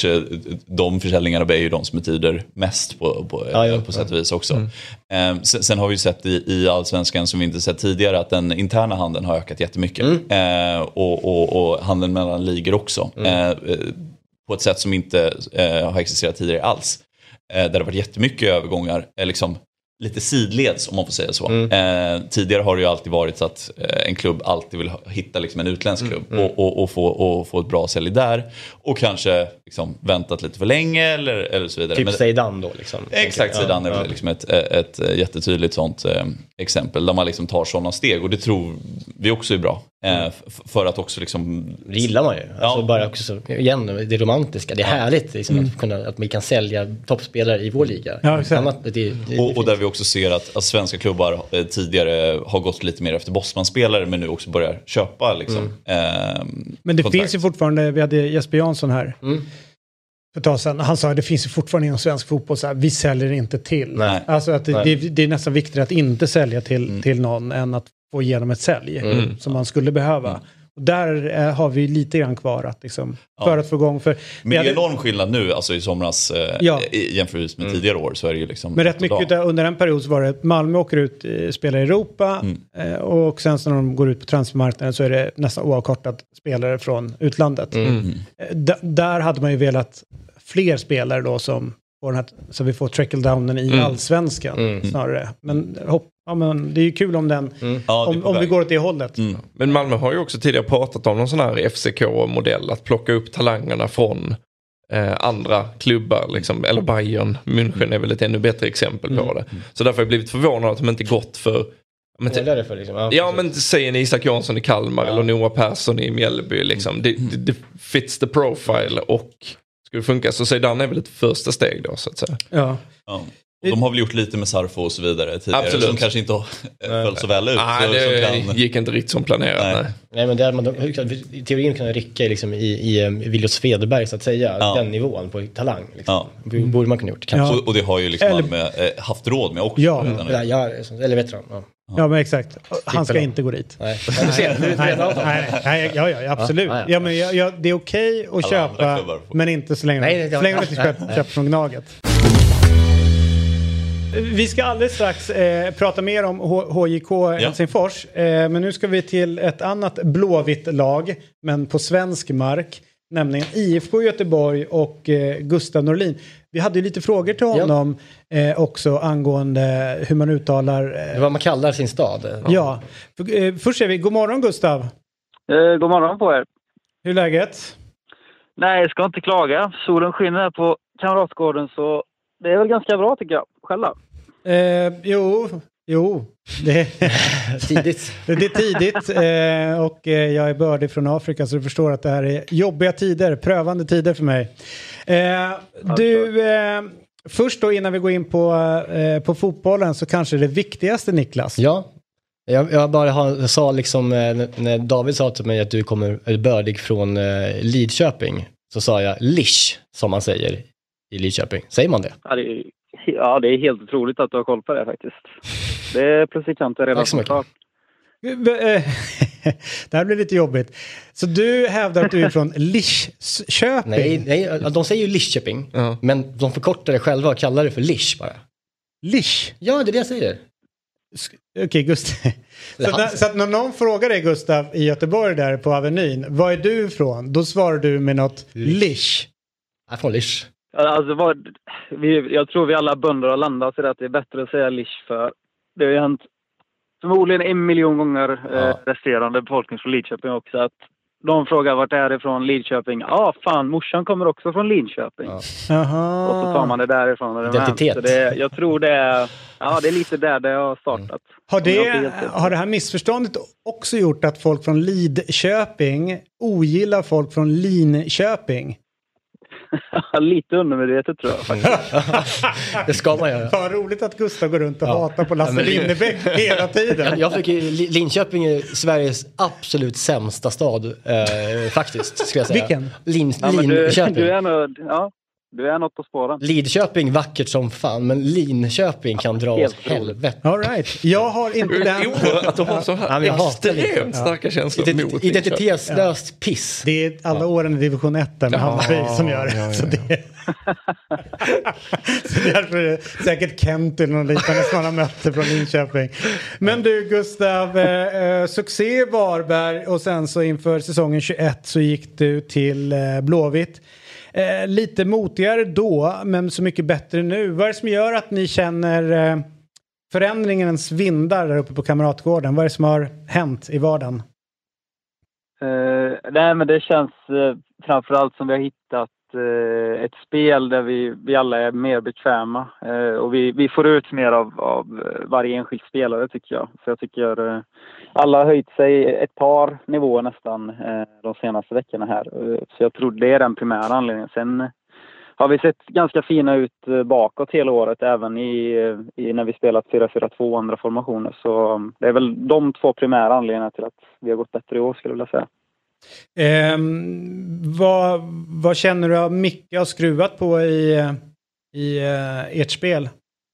de försäljningarna är ju de som betyder mest på, på, ja, ja, på sätt och vis också. Mm. Eh, sen, sen har vi ju sett i, i Allsvenskan som vi inte sett tidigare att den interna handeln har ökat jättemycket. Mm. Eh, och, och, och handeln mellan ligor också. Mm. Eh, på ett sätt som inte eh, har existerat tidigare alls. Eh, där det har varit jättemycket övergångar. Eh, liksom lite sidleds om man får säga så. Mm. Eh, tidigare har det ju alltid varit så att eh, en klubb alltid vill hitta liksom en utländsk klubb mm. och, och, och, få, och få ett bra sälj där. Och kanske liksom väntat lite för länge eller, eller så vidare. Typ Zeidan då liksom. Exakt, Zeidan ja, är väl ja. liksom ett, ett, ett jättetydligt sånt eh, exempel där man liksom tar sådana steg, och det tror vi också är bra. Eh, f- för att också liksom... Det gillar man ju. Alltså ja. bara också så, igen, det romantiska. Det är härligt liksom, mm. att, kunna, att vi kan sälja toppspelare i vår liga. Ja, Annat, det, det, det, och, och där vi också ser att, att svenska klubbar eh, tidigare har gått lite mer efter bossmanspelare, men nu också börjar köpa liksom, mm. eh, men det kontrakt. Finns ju fortfarande, vi hade Jesper Jansson här mm. för ett tag sedan. Han sa att det finns ju fortfarande inom svensk fotboll så här, vi säljer inte till. Nej. Alltså att det, det, det är nästan viktigare att inte sälja till, mm. till någon än att få igenom ett sälj mm. som man skulle behöva. Mm. Och där eh, har vi lite grann kvar att liksom, ja. för att få igång. För men det är enorm skillnad nu, alltså i somras eh, ja. jämfört med mm. tidigare år, så är det ju liksom... Men rätt mycket där, under en period så var det Malmö åker ut, eh, spelar i Europa mm. eh, och sen när de går ut på transfermarknaden så är det nästan oavkortat spelare från utlandet. Mm. Eh, d- där hade man ju velat fler spelare då som får den här, så vi får trickle-downen i mm. allsvenskan mm. snarare. Men hopp Ja, men det är ju kul om den mm. om, om vi går åt det hållet. Mm. Men Malmö har ju också tidigare pratat om någon sån här F C K-modell, att plocka upp talangerna från eh, andra klubbar liksom, eller Bayern, München är väl ett ännu bättre exempel på mm. det. Så därför har jag blivit förvånad att de inte gått för men t- för liksom. ja, ja men säg en Isak Jansson i Kalmar ja. eller Noah Persson i Mjällby liksom. det, det, det fits the profile och skulle funka, så Zeidan är väl ett första steg då så att säga. Ja. Ja. Och de har väl gjort lite med Sarfo och så vidare tidigare. Absolut. Som kanske inte föll så väl ut. Nej, det kan... gick inte riktigt som planerat. Nej, nej. nej men det är man, i teorin kan ricka liksom, i, i Viljus Federberg så att säga. Ja. Den nivån på talang. Liksom. Ja. Mm. Borde man kunna gjort. Ja. Och, och det har ju liksom Eller... med, eh, haft råd med också. Ja, ja, ja eller vet du. Ja. Ja men exakt. Han ska inte gå dit. Nej, nej, nej, nej, nej, ja, ja, absolut. Ja, ja, men jag, jag, det är okej att Alla köpa, men inte så länge, nej, så länge du inte köper, köper från Gnaget. Vi ska alldeles strax eh, prata mer om H- HJK Helsingfors. Ja. Eh, men nu ska vi till ett annat blåvitt lag, men på svensk mark. Nämligen I F K Göteborg och eh, Gustav Norlin. Vi hade ju lite frågor till honom ja. eh, också angående hur man uttalar... Eh, vad man kallar sin stad. Ja. ja. För, eh, först säger vi, god morgon Gustav. Eh, god morgon på er. Hur är läget? Nej, jag ska inte klaga. Solen skiner här på Kamratgården så det är väl ganska bra tycker jag. Själva. Eh, jo, jo. Det, tidigt. det är tidigt eh, och eh, jag är bördig från Afrika så du förstår att det här är jobbiga tider, prövande tider för mig. Eh, du, eh, först då innan vi går in på, eh, på fotbollen så kanske det viktigaste Niklas. Ja, jag, jag bara har, jag sa liksom eh, när David sa till mig att du kommer är bördig från eh, Lidköping så sa jag Lish som man säger i Lidköping. Säger man det? Ja, det är, ja, det är helt otroligt att du har koll på det faktiskt. Det är praktikanter redan klart. det här blir lite jobbigt. Så du hävdar att du är från Lidköping? Nej, nej, de säger ju Lidköping. Ja. Men de förkortar det själva och kallar det för Lisch bara. Lisch? Ja, det är det jag säger. Okej, okay, Gustav. Så, där, så att när någon frågar dig, Gustav, i Göteborg där på Avenyn, var är du ifrån? Då svarar du med något Lisch. Jag är från Lisch. Alltså, vad, vi, jag tror vi alla bönder har landat i att det är bättre att säga Lisch, för det har ju hänt förmodligen en miljon gånger ja. eh, resterande befolkning från Lidköping också, att de frågar vart är det från Lidköping. Ja, ah, fan, morsan kommer också från Lidköping. Ja. Och så tar man det därifrån. Och identitet. Så det, jag tror det är, ja, det är lite där det har startat. Mm. Har, det, har det här missförståndet också gjort att folk från Lidköping ogillar folk från Linköping? Lite undermedvetet tror jag faktiskt. Det ska man göra. Vad roligt att Gustav går runt och ja. hatar på Lasse Lindebäck hela tiden. Jag, jag tycker Linköping är Sveriges absolut sämsta stad eh, faktiskt, ska jag säga. Vilken? Lin, ja, Linköping. Du, du, är något, ja, du är något på spåren. Lidköping vackert som fan, men Linköping kan dra åt helvete. All right. Jag har inte den. Jo, att de har så här ja, extremt starka känslor Ident- mot identitetslöst ja. piss. Det är alla åren i division ett med ja. Hammarby som gör det. Ja, ja, ja. Så det så därför är det säkert Kent eller någon liknande som man har mött från Linköping. Men du Gustav, eh, succé i Varberg och sen så inför säsongen tjugoett så gick du till eh, Blåvitt. Eh, lite motigare då, men så mycket bättre nu. Vad är det som gör att ni känner eh, förändringens vindar där uppe på Kamratgården? Vad är det som har hänt i vardagen? Uh, nej, men det känns uh, framförallt som vi har hittat uh, ett spel där vi, vi alla är mer bekväma. Uh, och vi, vi får ut mer av, av varje enskild spelare, tycker jag. Så jag tycker uh, alla har höjt sig ett par nivåer nästan uh, de senaste veckorna här. Uh, så jag tror det är den primära anledningen. Sen uh, har vi sett ganska fina ut uh, bakåt hela året, även i, uh, i när vi spelat fyra fyra två och andra formationer. Så um, det är väl de två primära anledningarna till att vi har gått bättre i år, skulle jag vilja säga. Eh, vad, vad känner du att Micke har skruvat på i, i uh, ert spel?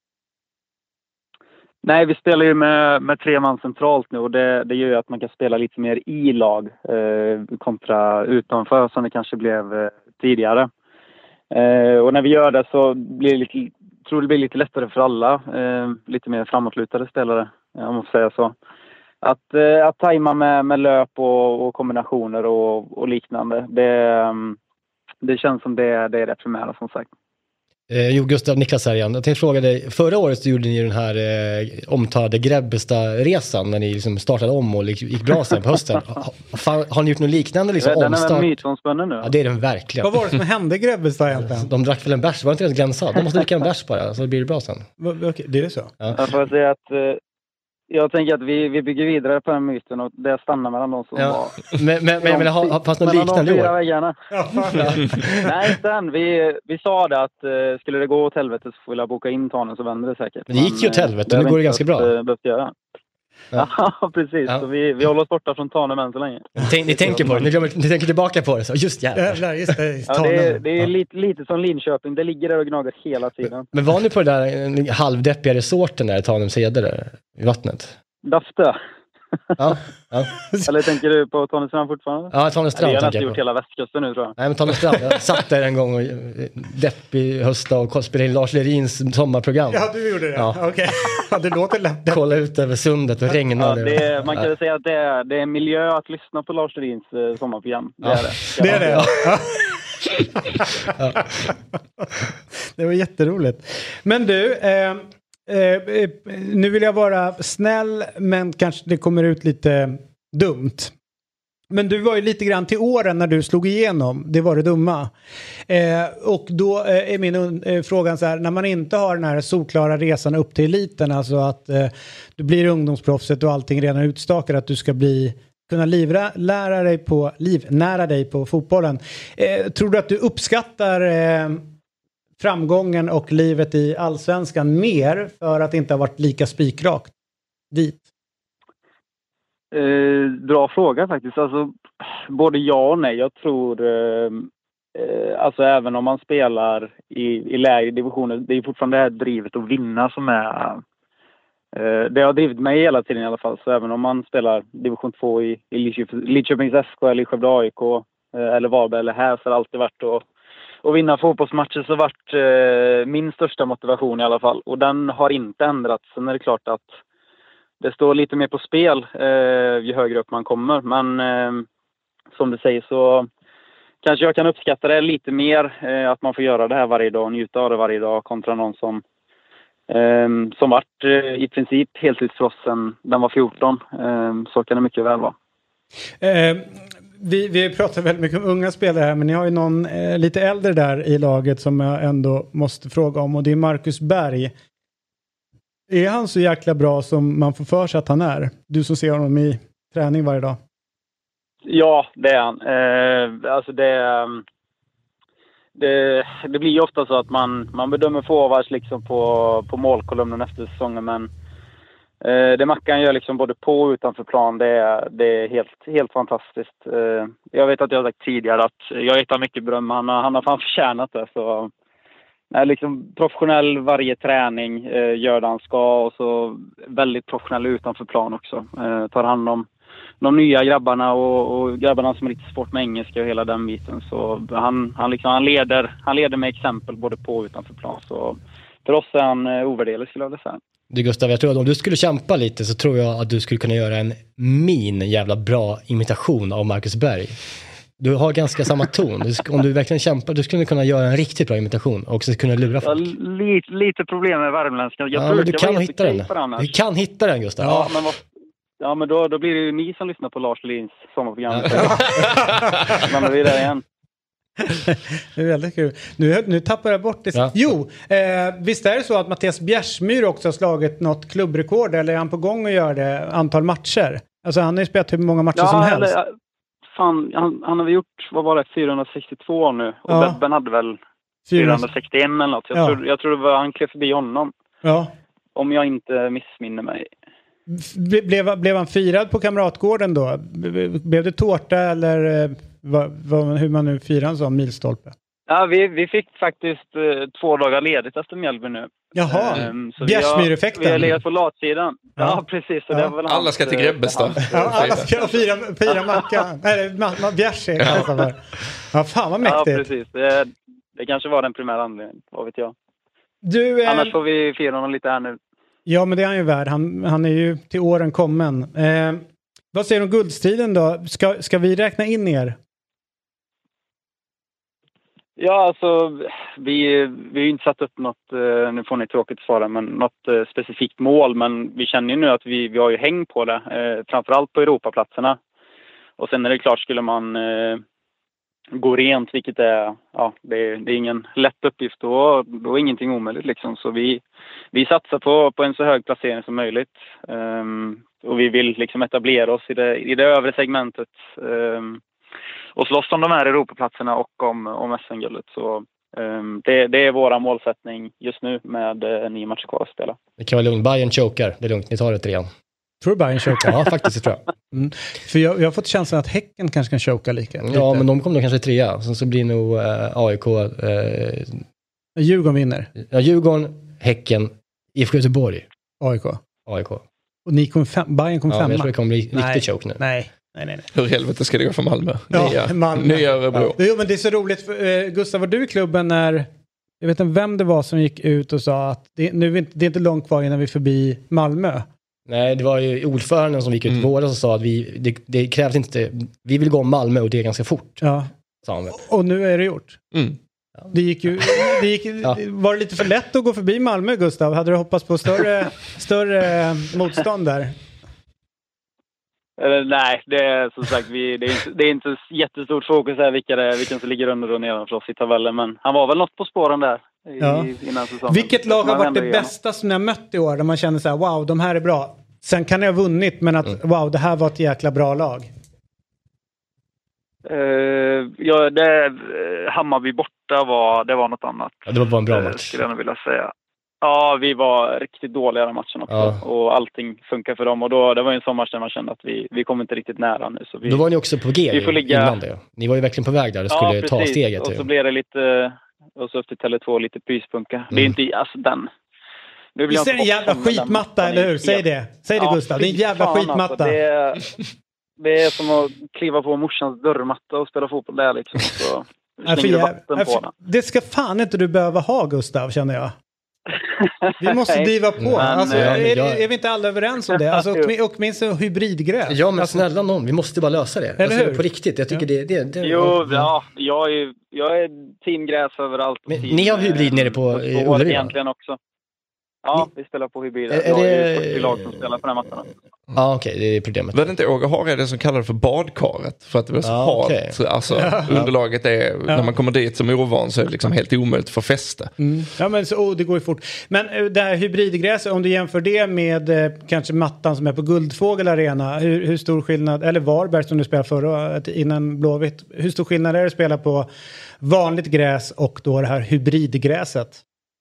Nej, vi spelar ju med, med tre man centralt nu, och det, det gör ju att man kan spela lite mer i lag eh, kontra utanför som det kanske blev eh, tidigare. Eh, och när vi gör det så blir det lite, tror det blir lite lättare för alla, eh, lite mer framåtlutade spelare, om man får säga så. Att, eh, att tajma med, med löp och, och kombinationer och, och liknande, det, det känns som det, det är det primära, som sagt. Eh, jo, Gustav, Niklas här igen. Jag tänkte fråga dig, förra året så gjorde ni den här eh, omtalade Grebbestad-resan när ni liksom startade om och gick bra sen på hösten. har, har ni gjort något liknande liksom, den omstart? Den är mytomspunnen nu. Ja, det är den verkligen. Vad var det som hände i Grebbestad egentligen? De drack väl en bärs, var det inte ens gränsat? De måste dricka en bärs bara, så blir det bra sen. Okej, det är så? Ja. Jag får säga att... Eh, Jag tänker att vi, vi bygger vidare på den myten och det stannar mellan de som ja. var... Men, men, men, men har, fanns något liknande i år? Ja. Nej, sen vi, vi sa det att uh, skulle det gå åt helvete så får vi boka in Tanen, så vänder det säkert. Det gick ju åt helvete, nu går det ganska bra. Uh, göra. Ja, ja precis. Ja. Så vi, vi håller oss borta från Tanen än så länge. Tänk, ni tänker på det, ni, glömmer, ni tänker tillbaka på det. Så just jävlar. Just det, ja, det är, det är ja. lite, lite som Linköping, det ligger där och gnagar hela tiden. Men var ni på den där halvdeppiga resorten där, Tanums Heder där, i vattnet? Dafte. Ja, ja. Eller tänker du på Tannestrand fortfarande? Ja, Tannestrand. Jag har nästan gjort hela västkusten nu, tror jag. Nej, men Tannestrand. Jag satt där en gång och deppig hösta och spelade in Lars Lerins sommarprogram. Ja, du gjorde det. Ja. Okej. Okay. Ja, det låter lätt. Kolla ut över sundet och regnade. Ja, det är, man kan ja. säga att det är, det är miljö att lyssna på Lars Lerins eh, sommarprogram. Det ja. är det. Det är det. Ja. Ja. Det var jätteroligt. Men du... Eh, Eh, nu vill jag vara snäll, men kanske det kommer ut lite dumt. Men du var ju lite grann till åren när du slog igenom. Det var det dumma. Eh, och då eh, är min uh, frågan så här. När man inte har den här solklara resan upp till eliten. Alltså att eh, du blir ungdomsproffset och allting redan utstakat. Att du ska bli, kunna livra, lära dig på, livnära dig på fotbollen. Eh, tror du att du uppskattar... Eh, framgången och livet i Allsvenskan mer för att det inte har varit lika spikrakt dit? Eh, bra fråga faktiskt. Alltså, både ja och nej. Jag tror, eh, alltså även om man spelar i, i lägre divisioner, det är fortfarande det här drivet att vinna som är, eh, det har drivit mig hela tiden i alla fall. Så även om man spelar division två i, i Lidköpings S K eller i Skövde A I K eh, eller Varberg eller här, så har det alltid varit att, att vinna fotbollsmatcher. Så har varit eh, min största motivation i alla fall. Och den har inte ändrats. Sen är det klart att det står lite mer på spel eh, ju högre upp man kommer. Men eh, som du säger så kanske jag kan uppskatta det lite mer. Eh, att man får göra det här varje dag och njuta av det varje dag kontra någon som eh, som varit eh, i princip heltidsproffs sedan den var fjorton. Eh, så kan det mycket väl vara. Eh, vi, vi pratar väldigt mycket om unga spelare här, men ni har ju någon eh, lite äldre där i laget som jag ändå måste fråga om, och det är Marcus Berg. Är han så jäkla bra som man får för sig att han är? Du som ser honom i träning varje dag. Ja, det är han. Eh, alltså det, det, det blir ju ofta så att man, man bedömer forwards liksom på, på målkolumnen efter säsongen, men eh, det Mackan gör liksom både på och utanför plan, det är, det är helt, helt fantastiskt. Eh, jag vet att jag har sagt tidigare att jag vet mycket beröm, han har, han har fan förtjänat det, så är liksom professionell varje träning, eh, gör det han ska, och så väldigt professionell utanför plan också. Eh, tar hand om de nya grabbarna och, och grabbarna som är lite svårt med engelska och hela den biten. Så han, han, liksom, han, leder, han leder med exempel både på och utanför plan. Så för oss är han eh, ovärderlig, skulle jag vilja säga. Du Gustav, jag tror att om du skulle kämpa lite så tror jag att du skulle kunna göra en min jävla bra imitation av Marcus Berg. Du har ganska samma ton. Du, om du verkligen kämpar, du skulle kunna göra en riktigt bra imitation och också kunna lura folk. Ja, lite, lite problem med värmländska. Jag ja, tror men du jag kan hitta den. Du kan hitta den, Gustav. Ja, men, vad, ja, men då, då blir det ju ni som lyssnar på Lars Lins sommarprogram. Men vi är där igen. Det är väldigt kul. Nu, nu tappar jag bort det. Ja. Jo, eh, visst är det så att Mattias Bjärsmyr också har slagit något klubbrekord, eller är han på gång att göra det antal matcher? Alltså han har ju spelat hur många matcher ja, som helst. Eller, fan, han, han har väl gjort, vad var det, fyrahundrasextiotvå nu. Och ja. Bebben hade väl fyrahundrasextioen eller något. Jag, ja. tror, jag tror det var, han klev förbi honom. Ja. Om jag inte missminner mig. Blev, blev han firad på Kamratgården då? Blev det tårta eller vad, vad, hur man nu firar en sån milstolpe? Ja, vi, vi fick faktiskt eh, två dagar ledigt efter Mjällby nu. Jaha, um, Bjärsmyr-effekten. Vi har legat på latsidan. Ja, ja precis. Så ja. det var väl alla hans, ska till Grebbestad. Eh, ja, alla ska fira, fira Mackan. Nej, ma, ma, Bjärs är kanske för. Ja, fan vad mäktigt. Ja, precis. Det, det kanske var den primära anledningen, vad vet jag. Du, eh, Annars får vi fira honom lite här nu. Ja, men det är han ju värd. Han, han är ju till åren kommen. Eh, vad säger du om guldstriden då? Ska, ska vi räkna in er? Ja, alltså vi, vi har ju inte satt upp något, eh, nu får ni tråkigt svara, men något eh, specifikt mål. Men vi känner ju nu att vi, vi har ju häng på det, eh, framförallt på Europaplatserna. Och sen är det klart, skulle man eh, gå rent, vilket är, ja, det är, det är ingen lätt uppgift, då, då är ingenting omöjligt liksom. Så vi, vi satsar på, på en så hög placering som möjligt. Um, och vi vill liksom etablera oss i det, i det övre segmentet. Um, och slåss om de här Europaplatserna och om, om S M-guldet. Så um, det, det är våra målsättning just nu med uh, nio matcher kvar att spela. Det kan vara lugnt. Bayern chokar. Det är lugnt. Ni tar det trean. Tror du Bayern chokar? Ja, faktiskt det tror jag. Mm. För jag, jag har fått känslan att Häcken kanske kan choka lika. Ja, lite. Men de kommer nog kanske trea. Sen så blir nog uh, A I K... Uh, Djurgården vinner. Ja, Djurgården, Häcken, I F K Göteborg. A I K. A I K. Och ni kom fem, Bayern kom ja, femma. Jag tror det kommer bli nej, riktigt choke nu. Nej, nej, nej. nej. Hur helvete ska det gå för Malmö? Ja, nya, Malmö. nya Örebro. Ja. Jo, men det är så roligt. För, uh, Gustav, var du i klubben när... Jag vet inte vem det var som gick ut och sa att det, nu är inte, det är inte långt kvar innan vi är förbi Malmö. Nej, det var ju ordföranden som gick ut i mm. våras och sa att vi, det, det krävs inte, vi vill gå om Malmö och det är ganska fort. Ja. Sa han väl. Och nu är det gjort. Mm. Ja. Det gick ju, det gick, ja. Var det lite för lätt att gå förbi Malmö, Gustav? Hade du hoppats på större, större motstånd där? Uh, nej, det är som sagt, vi, det, är inte, det är inte jättestort fokus här vilka, det är, vilka som ligger under och nedanför oss i tabellen. Men han var väl något på spåren där i, ja. innan säsongen. Vilket lag har varit det igenom. Bästa som ni har mött i år? Där man känner så här, wow, de här är bra. Sen kan ni ha vunnit, men att mm. wow, det här var ett jäkla bra lag. Uh, ja, det, uh, Hammarby borta var, det var något annat. Ja, det var bara en bra uh, match. Skulle jag nog vilja säga. Ja, vi var riktigt dåliga i den matchen också. Ja. Och allting funkar för dem. Och då, det var ju en sån match där man kände att vi, vi kom inte riktigt nära nu. Så vi, då var ni också på G vi får ligga... innan det. Ni var ju verkligen på väg där och skulle ja, ta steget. Och så blev det lite, och så efter Tele två lite pyspunka. Mm. Det är inte, alltså den, Nu Visst är det en jävla skitmatta, eller hur? Säg det. Säg det, ja, Gustav. Det är en jävla skitmatta. Alltså, det, är, det är som att kliva på morsans dörrmatta och spela fotboll där liksom. Så slänger du vatten på den. Det ska fan inte du behöva ha, Gustav, känner jag. Vi måste driva på. Men, alltså, är, är, är vi inte alla överens om det? Alltså, åtminstone hybridgräs. Ja, men alltså, snälla någon. Vi måste bara lösa det. Eller alltså, hur? På riktigt. Jag tycker ja. det, det, det... Jo, ja. Jag är, jag är teamgräs överallt. Men, team, ni har hybrid nere på Ullevi, egentligen också. Ja, ni... vi spelar på hybrid. Är, jag har det... ju fyrtio lag som spelar på den här matchen. Ja, ah, okej. Okay, det är problemet. Var det inte Åge Hareide som kallar det för badkaret? För att det var så ah, halt. Okay. Alltså, ja. Underlaget är, ja. När man kommer dit som ovan så är det liksom helt omöjligt för fäste. Mm. Ja, men så, oh, det går ju fort. Men det här hybridgräset, om du jämför det med eh, kanske mattan som är på Guldfågel Arena. Hur, hur stor skillnad, eller Varberg som du spelade förra innan Blåvitt. Hur stor skillnad är det att spela på vanligt gräs och då det här hybridgräset?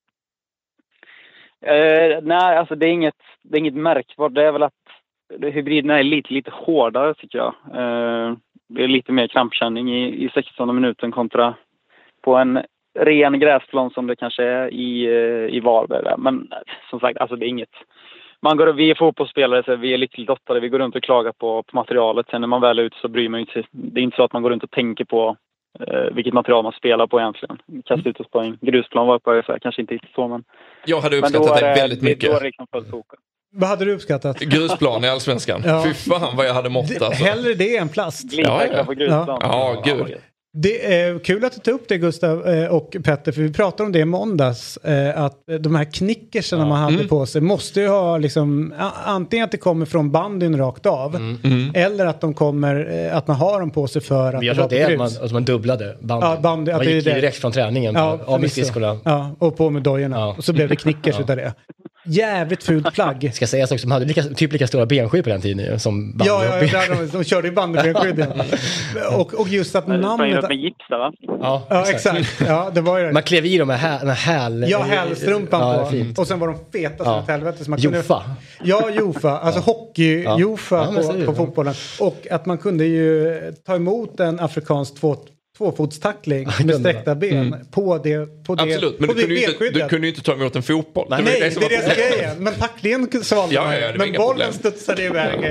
Uh, nej, alltså det är inget, det är inget märkbart. Det är väl att hybriderna är lite, lite hårdare tycker jag. Uh, det är lite mer krampkänning i, i sextonde minuten kontra på en ren gräsplan som det kanske är i, uh, i Varberg. Där. Men som sagt, alltså det är inget. Man går, vi är fotbollsspelare så vi är lite lottade. Vi går runt och klagar på, på materialet. Sen när man väl är ute så bryr man inte sig. Det är inte så att man går runt och tänker på Uh, vilket material man spelar på egentligen. Kasta ut oss på en grusplan var på ungefär, kanske inte så, men... Jag hade uppskattat det, det väldigt mycket. Då är det liksom fullt fokus. Vad hade du uppskattat? Grusplan i Allsvenskan. Ja. Fy fan vad jag hade mått alltså. Hellre det än plast. Ja, ja. På grusplan. Ja, ja, gud. Det är kul att du tar upp det, Gustav och Petter, för vi pratade om det i måndags, att de här knickerserna ja. man hade mm. på sig måste ju ha liksom, antingen att det kommer från bandyn rakt av mm. Mm. eller att de kommer, att man har dem på sig för att jag det var det är att man, att man dubblade bandyn. Ja, bandy, man gick det direkt från träningen ja, på, av med skridskorna. Ja, och på med dojorna. Ja. Och så blev det knickers ja. utav det. Jävligt fult plagg. Ska sägas också, de hade lika, typ lika stora benskydd på den tiden som bandy. Ja, ja, ja de, de körde ju bandybenskydd. och, och just att namnet... med gips där, va? Ja, ja exakt. exakt. Ja, det var ju det. Man klev i dem med häl... Med häl ja, hälstrumpan ja, på. Fint. Och sen var de feta som ja. ett helvete. Så man kunde... Jofa. Ja, Jofa. Alltså ja. hockey-Jofa ja. ja, på, på fotbollen. Och att man kunde ju ta emot en afrikansk två... tvåfotstackling med sträckta ben mm. på det på det absolut, men på du, det kunde inte, du kunde ju inte ta emot en fotboll. Nej, det, nej, det, det är det som är grejen. Men tacklingen svalde ja, ja, ja, men bollen problem. Studsade iväg.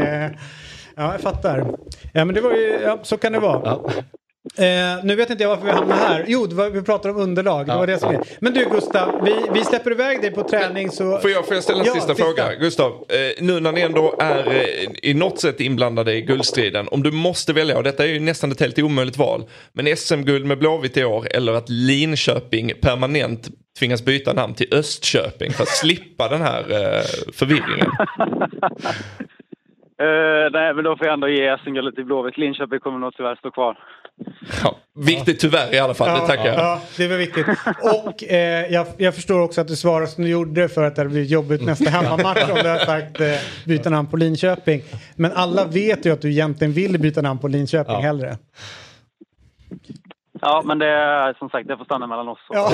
Ja, jag fattar. Ja, men det var ju, ja, så kan det vara. Ja. Eh, nu vet inte jag varför vi hamnar här. Jo, det var, vi pratade om underlag. Det ja, var det som ja. är. Men du Gustav, vi, vi släpper iväg dig på träning så... Får jag, får jag ställa en ja, sista, sista fråga? Gustav, eh, nu när ni ändå är eh, i något sätt inblandade i guldstriden. Om du måste välja, och detta är ju nästan ett helt omöjligt val. Men S M-guld med Blåvitt i år eller att Linköping permanent tvingas byta namn till Östköping för att slippa den här eh, förvirringen. Uh, nej, men då får jag ändå ge S M-guldet till Blåvitt. Linköping kommer nog tyvärr stå kvar. Ja, viktigt tyvärr i alla fall, ja, det tackar jag. Ja, det var viktigt. Och eh, jag, jag förstår också att du svarar som du gjorde för att det blir jobbigt nästa hemmamatch om du har sagt eh, byta namn på Linköping. Men alla vet ju att du egentligen vill byta namn på Linköping ja. hellre. Ja, men det är som sagt, det får stanna mellan oss. Ja,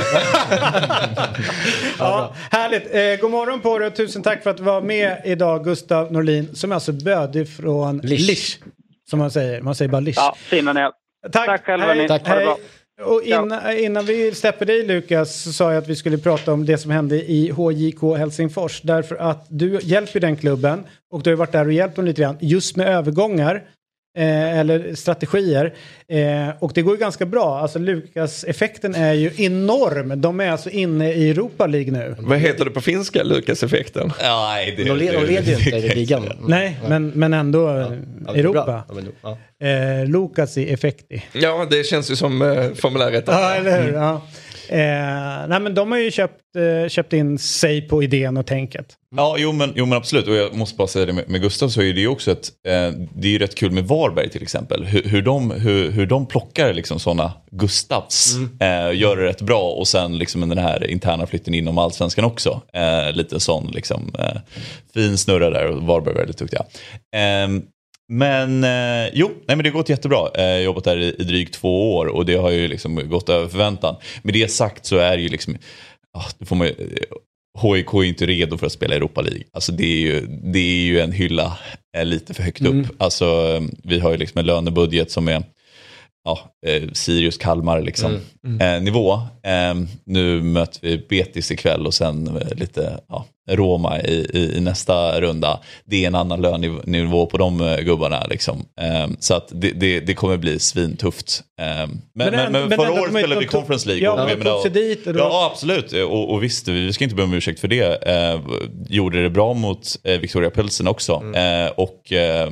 ja härligt. Eh, god morgon på dig och tusen tack för att du var med idag, Gustav Norlin, som är alltså bödig från Lisch. Lisch, som man säger. Man säger bara Lisch. Ja, fina ni. Tack, tack själva ni. Tack. Hej. Och innan, innan vi släpper dig, Lukas, så sa jag att vi skulle prata om det som hände i H J K Helsingfors. Därför att du hjälper den klubben och du har varit där och hjälpt dem lite grann just med övergångar. Eh, eller strategier. Eh, och det går ju ganska bra. Alltså Lukas-effekten är ju enorm. De är alltså inne i Europa League nu. Vad heter det på finska, Lukas-effekten? Ja, nej, det, de leder ju inte i ligan. Nej, men, men ändå ja, ja, Europa. Ja, men, ja. Eh, Lukas i effekti. Ja, det känns ju som eh, formulär rätt. Ja, eller hur? Ja. Eh, nej, men de har ju köpt, eh, köpt in sig på idén och tänket. Ja, jo men, jo men absolut. Och jag måste bara säga det med, med Gustav, så är det ju också ett, eh, det är ju rätt kul med Varberg till exempel. Hur, hur, de, hur, hur de plockar liksom sådana Gustavs, mm. eh, gör det rätt bra. Och sen liksom den här interna flytten inom Allsvenskan också. Eh, lite sån liksom eh, fin snurra där, och Varberg är väldigt duktiga. Eh, Men eh, jo, nej men det har gått jättebra. Jag har jobbat där i, i drygt två år och det har ju liksom gått över förväntan. Med det sagt så är det ju liksom, ah, det får man, H I K är inte redo för att spela Europa League. Alltså det är ju, det är ju en hylla eh, lite för högt upp. Mm. Alltså vi har ju liksom en lönebudget som är ja, eh, Sirius, Kalmar liksom, Mm. Mm. Eh, nivå. Eh, nu möter vi Betis ikväll och sen eh, lite ja, Roma i, i, i nästa runda. Det är en annan lönenivå på de eh, gubbarna liksom. Eh, så att det, det, det kommer bli svintufft. Eh, men, men, men, men förra året spelade vi Conference League. Ja, och, men tog sig dit. Och då... Ja, absolut. Och, och visst, vi ska inte be om ursäkt för det. Eh, gjorde det bra mot eh, Victoria Pilsen också. Mm. Eh, och... Eh,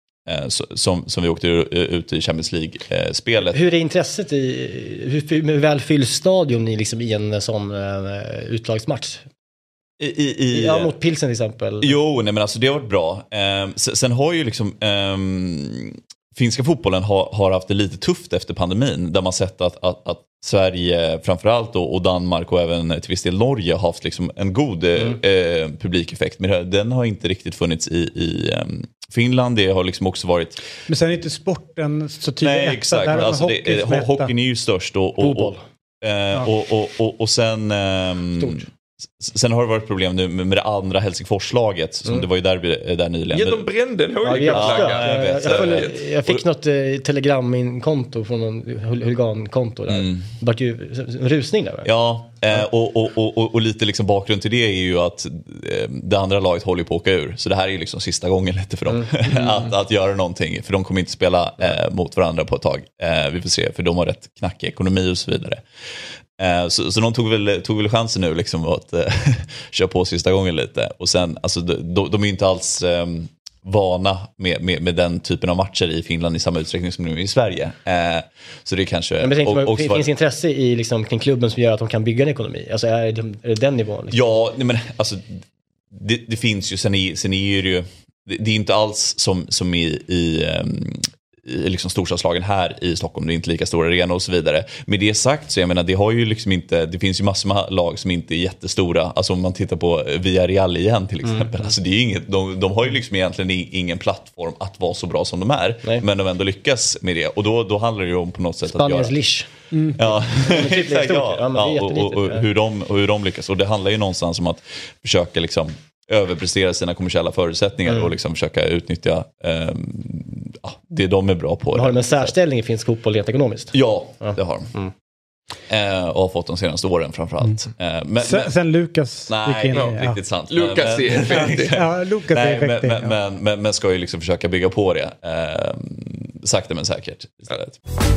Som, som vi åkte ut i Champions League-spelet. Hur är intresset i, hur väl fylls stadion i, liksom, i en sån uh, utlagsmatch? I, i, i, ja, mot Pilsen till exempel. Jo, nej, men alltså det har varit bra. Eh, sen, sen har ju liksom eh, finska fotbollen har, har haft det lite tufft efter pandemin, där man sett att, att, att Sverige framförallt och, och Danmark och även till viss del Norge har haft liksom en god mm. eh, publikeffekt, men den har inte riktigt funnits i, i eh, Finland. Det har liksom också varit... Men sen är inte sporten så tydligt. Nej, exakt. Där alltså, det, eh, hockeyn är ju störst och, och, och, eh, ja. och, och, och, och sen... Eh, Sen har det varit problem nu med det andra Helsingforslaget, som mm. det var ju där, där nyligen. Ja, de brände en ja, jag, jag, jag, jag, jag fick något eh, telegramkonto från någon huligankonto där. Mm. Det var ju en rusning där. Ja, eh, och, och, och, och lite liksom bakgrund till det är ju att eh, det andra laget håller på att åka ur. Så det här är ju liksom sista gången lite för dem mm. att, att göra någonting. För de kommer inte spela eh, mot varandra på ett tag. Eh, vi får se, för de har rätt knackig ekonomi och så vidare. Så, så de tog väl, tog väl chansen nu liksom att äh, köra på sista gången lite. Och sen, alltså de, de är inte alls äh, vana med, med, med den typen av matcher i Finland i samma utsträckning som nu i Sverige. Äh, så det kanske... Men och, och, finns var... intresse i liksom, kring klubben som gör att de kan bygga en ekonomi? Alltså är det, är det den nivån? Liksom? Ja, men alltså det, det finns ju, sen är, sen är det ju... Det, det är inte alls som, som i... i um, i liksom storstadslagen här i Stockholm, det är inte lika stora arenor och så vidare. Med det sagt så jag menar, det har ju liksom inte, det finns ju massor med lag som inte är jättestora. Alltså om man tittar på Villarreal igen till exempel, mm. alltså det är inget, de, de har ju liksom egentligen ingen plattform att vara så bra som de är. Nej. Men de ändå lyckas med det. Och då, då handlar det ju om på något sätt Spaniens att göra... Lish. Mm. Ja, exakt, ja. Ja, ja, och, och, och, hur de, och hur de lyckas. Och det handlar ju någonstans om att försöka liksom överprestera sina kommersiella förutsättningar mm. och liksom försöka utnyttja eh, ja, det de är bra på. Har de en särställning i finsk fotboll rent ekonomiskt? Ja, ja, det har de. Mm. Eh, och har fått de senaste åren framförallt. Mm. Eh, men, sen, men, sen Lukas nej, in, ja, ja. riktigt sant. Lukas är effektiv. Ja, Lukas är effektiv. Men, men, men, men ska ju liksom försöka bygga på det. Eh, sakta men säkert istället.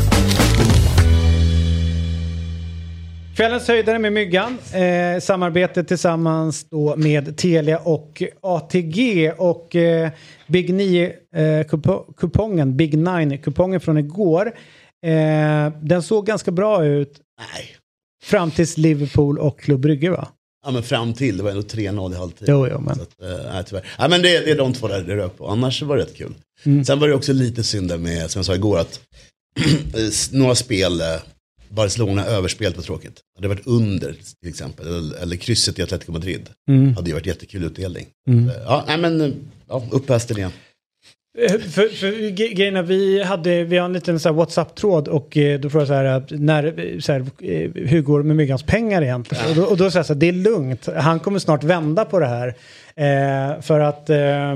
Kvällens höjdare med Myggan. Eh, samarbete tillsammans då med Telia och A T G. Och eh, Big nio-kupongen, eh, Big nine-kupongen från igår. Eh, den såg ganska bra ut. Nej. Fram tills Liverpool och Klubb Brygge, va? Ja, men fram till. Det var ändå tre noll i halvtid. Jo, jo, men. Så att, eh, nej, tyvärr. Ja, men det, det är de två där det rök på. Annars var det rätt kul. Mm. Sen var det också lite synd där med, som jag sa igår, att några spel... Eh, Barcelona överspelet var tråkigt. Det hade varit under till exempel. Eller, eller krysset i Atletico Madrid. Mm. Hade ju varit jättekul utdelning. Mm. Ja, nej men ja, upp hästen igen. För, för grejerna, vi hade vi har en liten så här WhatsApp-tråd och eh, då frågade jag så här, när, så här eh, hur går det med Myggans pengar egentligen? Ja. Och då, och då sa jag så här, det är lugnt. Han kommer snart vända på det här. Eh, för att eh, eh,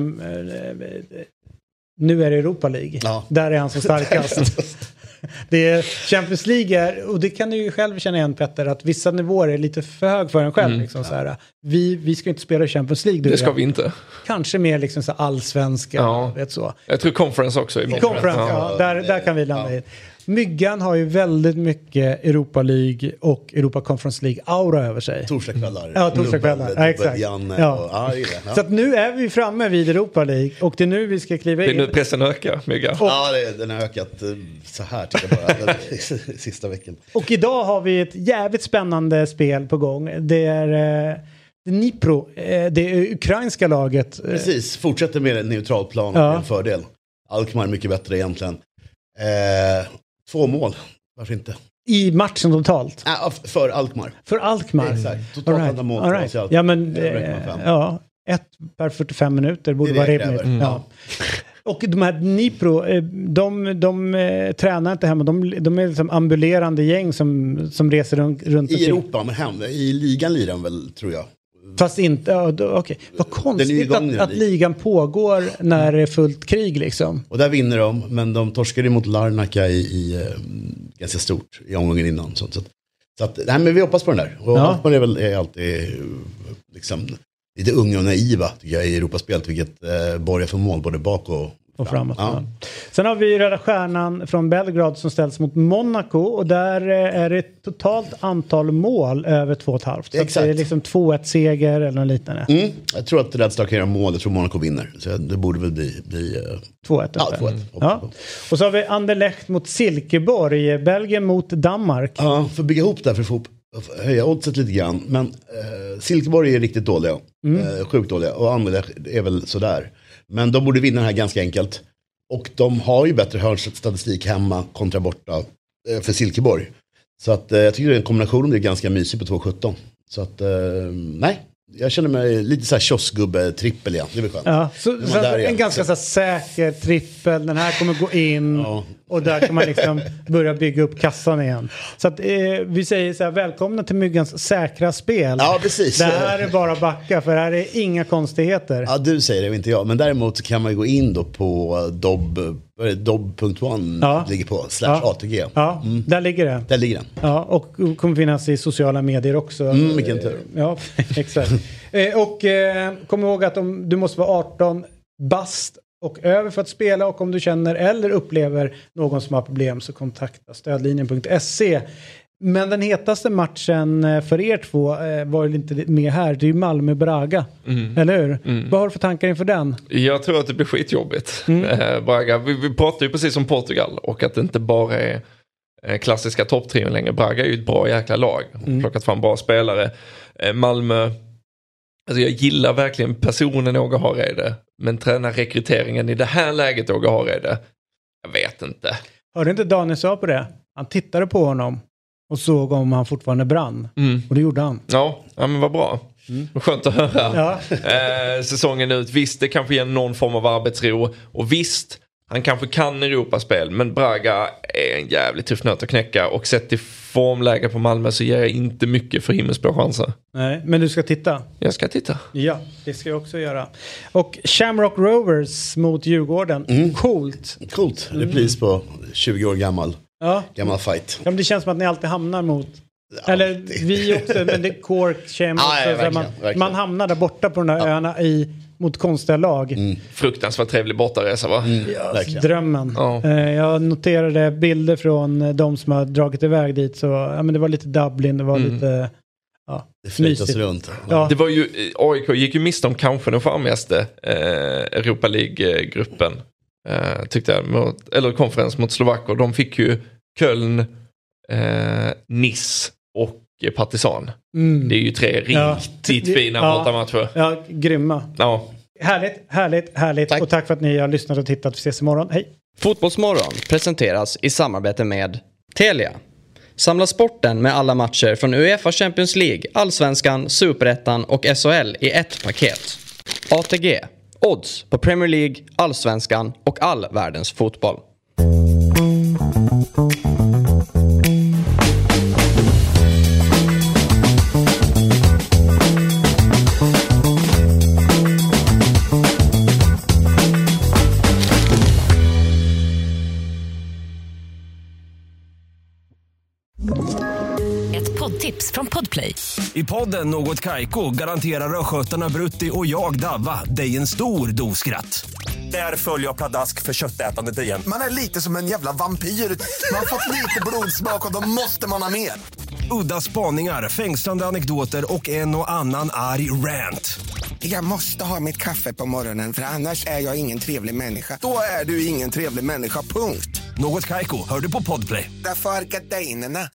nu är det Europa League. Ja. Där är han så starkast. Det är Champions League är, och det kan du ju själv känna igen, Petter, att vissa nivåer är lite för hög för en själv. Mm, liksom, ja. så här, vi, vi ska inte spela Champions League. Det ska jag. vi inte. Kanske mer liksom så allsvenska. Ja. Vet så. Jag tror conference också är I conference, ja. ja där, där kan vi landa ja. i. Myggan har ju väldigt mycket Europa League och Europa Conference League aura över sig. Torsdagskvällar. Ja, torsdagskvällar. Ja, exakt. Janne ja. Och, ja, det, ja. Så att nu är vi framme vid Europa League och det är nu vi ska kliva in. Det är nu pressen ökar, Myggan. Och, ja, det, den har ökat så här tycker jag bara sista veckan. Och idag har vi ett jävligt spännande spel på gång. Det är eh, Dnipro, eh, det är ukrainska laget. Precis, fortsätter med en neutral plan och ja. en fördel. Alkmaar är mycket bättre egentligen. Eh, Två mål, varför inte? I matchen totalt? Ja, för Alkmaar. För Alkmaar? Exakt, totalt right. andra mål. All right. Ja, men eh, ja, ett per fyrtiofem minuter borde vara rimligt. Mm. Ja. Och de här Dnipro, de, de, de eh, tränar inte hemma. De, de är liksom ambulerande gäng som, som reser runt. runt I Europa, men hem, i ligan lirar de väl, tror jag. Fast inte, ja, okej. Okay. Vad konstigt att, att ligan pågår när det är fullt krig liksom. Och där vinner de, men de torskade mot Larnaca i, i uh, ganska stort i omgången innan. Så, så, så att, nej, men vi hoppas på den där. Och ja. Man är väl är alltid liksom, lite unga och naiva tycker jag, i Europaspelet, vilket uh, borgar för mål både bak och och framåt. Ja. Sen har vi Röda Stjärnan från Belgrad som ställs mot Monaco och där är det totalt antal mål över två och ett halvt. Så det är liksom två ett seger eller något liknande. Mm. Jag tror att Red Star kan göra mål. Jag tror Monaco vinner. Så det borde väl bli, bli uh... två ett. Ja, två ett. Ja. Och så har vi Anderlecht mot Silkeborg. Belgien mot Danmark. Ja, för att bygga ihop där för att få höja oddset lite grann. Men uh, Silkeborg är riktigt dåliga. Mm. Uh, sjukt dåliga. Och Anderlecht är väl sådär. Men de borde vinna den här ganska enkelt. Och de har ju bättre hörnstatistik hemma kontra borta eh, för Silkeborg. Så att eh, jag tycker en kombination är ganska mysig på två sjutton. Så att, eh, nej. Jag känner mig lite så här kioskgubbe-trippel igen. Det är väl skönt. Ja, så, så en igen. Ganska så säker trippel. Den här kommer gå in. Ja. Och där kan man liksom börja bygga upp kassan igen. Så att eh, vi säger så här, välkomna till Myggans säkra spel. Ja, precis. Det här är bara backa, för här är inga konstigheter. Ja, du säger det och inte jag. Men däremot kan man ju gå in då på dob punkt one ja. ligger på slash ja. A T G. Ja, mm. där ligger det. Där ligger den. Ja, och kommer finnas i sociala medier också. Mm, vilken tur. Ja, exakt. Och eh, kom ihåg att om du måste vara arton bast och över för att spela, och om du känner eller upplever någon som har problem så kontakta stödlinjen punkt se. Men den hetaste matchen för er två var ju inte med här. Det är ju Malmö-Braga, mm. eller hur? Mm. Vad har du för tankar inför den? Jag tror att det blir skitjobbigt. Mm. Braga, vi, vi pratar ju precis om Portugal och att det inte bara är klassiska topptrion längre. Braga är ju ett bra jäkla lag. Mm. Plockat fram bra spelare. Malmö, alltså jag gillar verkligen personen Åge Hareide, men tränarrekryteringen i det här läget Åge Hareide, jag vet inte. Hörde inte Daniel sa på det? Han tittade på honom och såg om han fortfarande brann. Mm. Och det gjorde han. Ja, ja men vad bra. Mm. Skönt att höra. Ja. eh, säsongen ut. Visst, det kanske ger någon form av arbetsro. Och visst, han kanske kan Europaspel. Men Braga är en jävligt tuff nöt att knäcka. Och sett till formläge på Malmö så ger jag inte mycket för himmelsblå chanser. Nej, men du ska titta. Jag ska titta. Ja, det ska jag också göra. Och Shamrock Rovers mot Djurgården. Mm. Coolt. Coolt. Repris på tjugo år gammal. Ja. Gammal fight. Ja, men det känns som att ni alltid hamnar mot... Ja, eller det... vi också, men det är Cork, Shamrock. Ah, ja, verkligen, man, verkligen. man hamnar där borta på de där ja. öarna i... mot konstiga lag. Mm. Fruktansvärt trevlig bortaresa, va? Mm, ja, drömmen. Ja. Jag noterade bilder från de som har dragit iväg dit. Så, ja, men det var lite Dublin, det var mm. lite... Ja, det flyttas runt. Ja. Det var ju, A I K gick ju miste om kanske den farmigaste eh, Europa League-gruppen. Eh, tyckte jag. Mot, eller konferens mot Slovaker. De fick ju Köln, eh, Nice och Partizan. Mm. Det är ju tre riktigt ja. fina ja. bortamatcher. Ja, grymma. Ja. Härligt, härligt, härligt. Tack. Och tack för att ni har lyssnat och tittat. Vi ses imorgon. Hej. Fotbollsmorgon presenteras i samarbete med Telia. Samla sporten med alla matcher från UEFA Champions League, Allsvenskan, Superettan och S H L i ett paket. A T G. Odds på Premier League, Allsvenskan och all världens fotboll. Tips från Podplay. I podden Något Kaiko garanterar röskötarna Brutti och jag Davva dig en stor doskratt. Där följer jag pladask för köttätandet igen. Man är lite som en jävla vampyr. Man har fått lite blodsmak och då måste man ha mer. Udda spaningar, fängslande anekdoter och en och annan arg rant. Jag måste ha mitt kaffe på morgonen för annars är jag ingen trevlig människa. Då är du ingen trevlig människa, punkt. Något Kaiko, hör du på Podplay. Därför är gardinerna.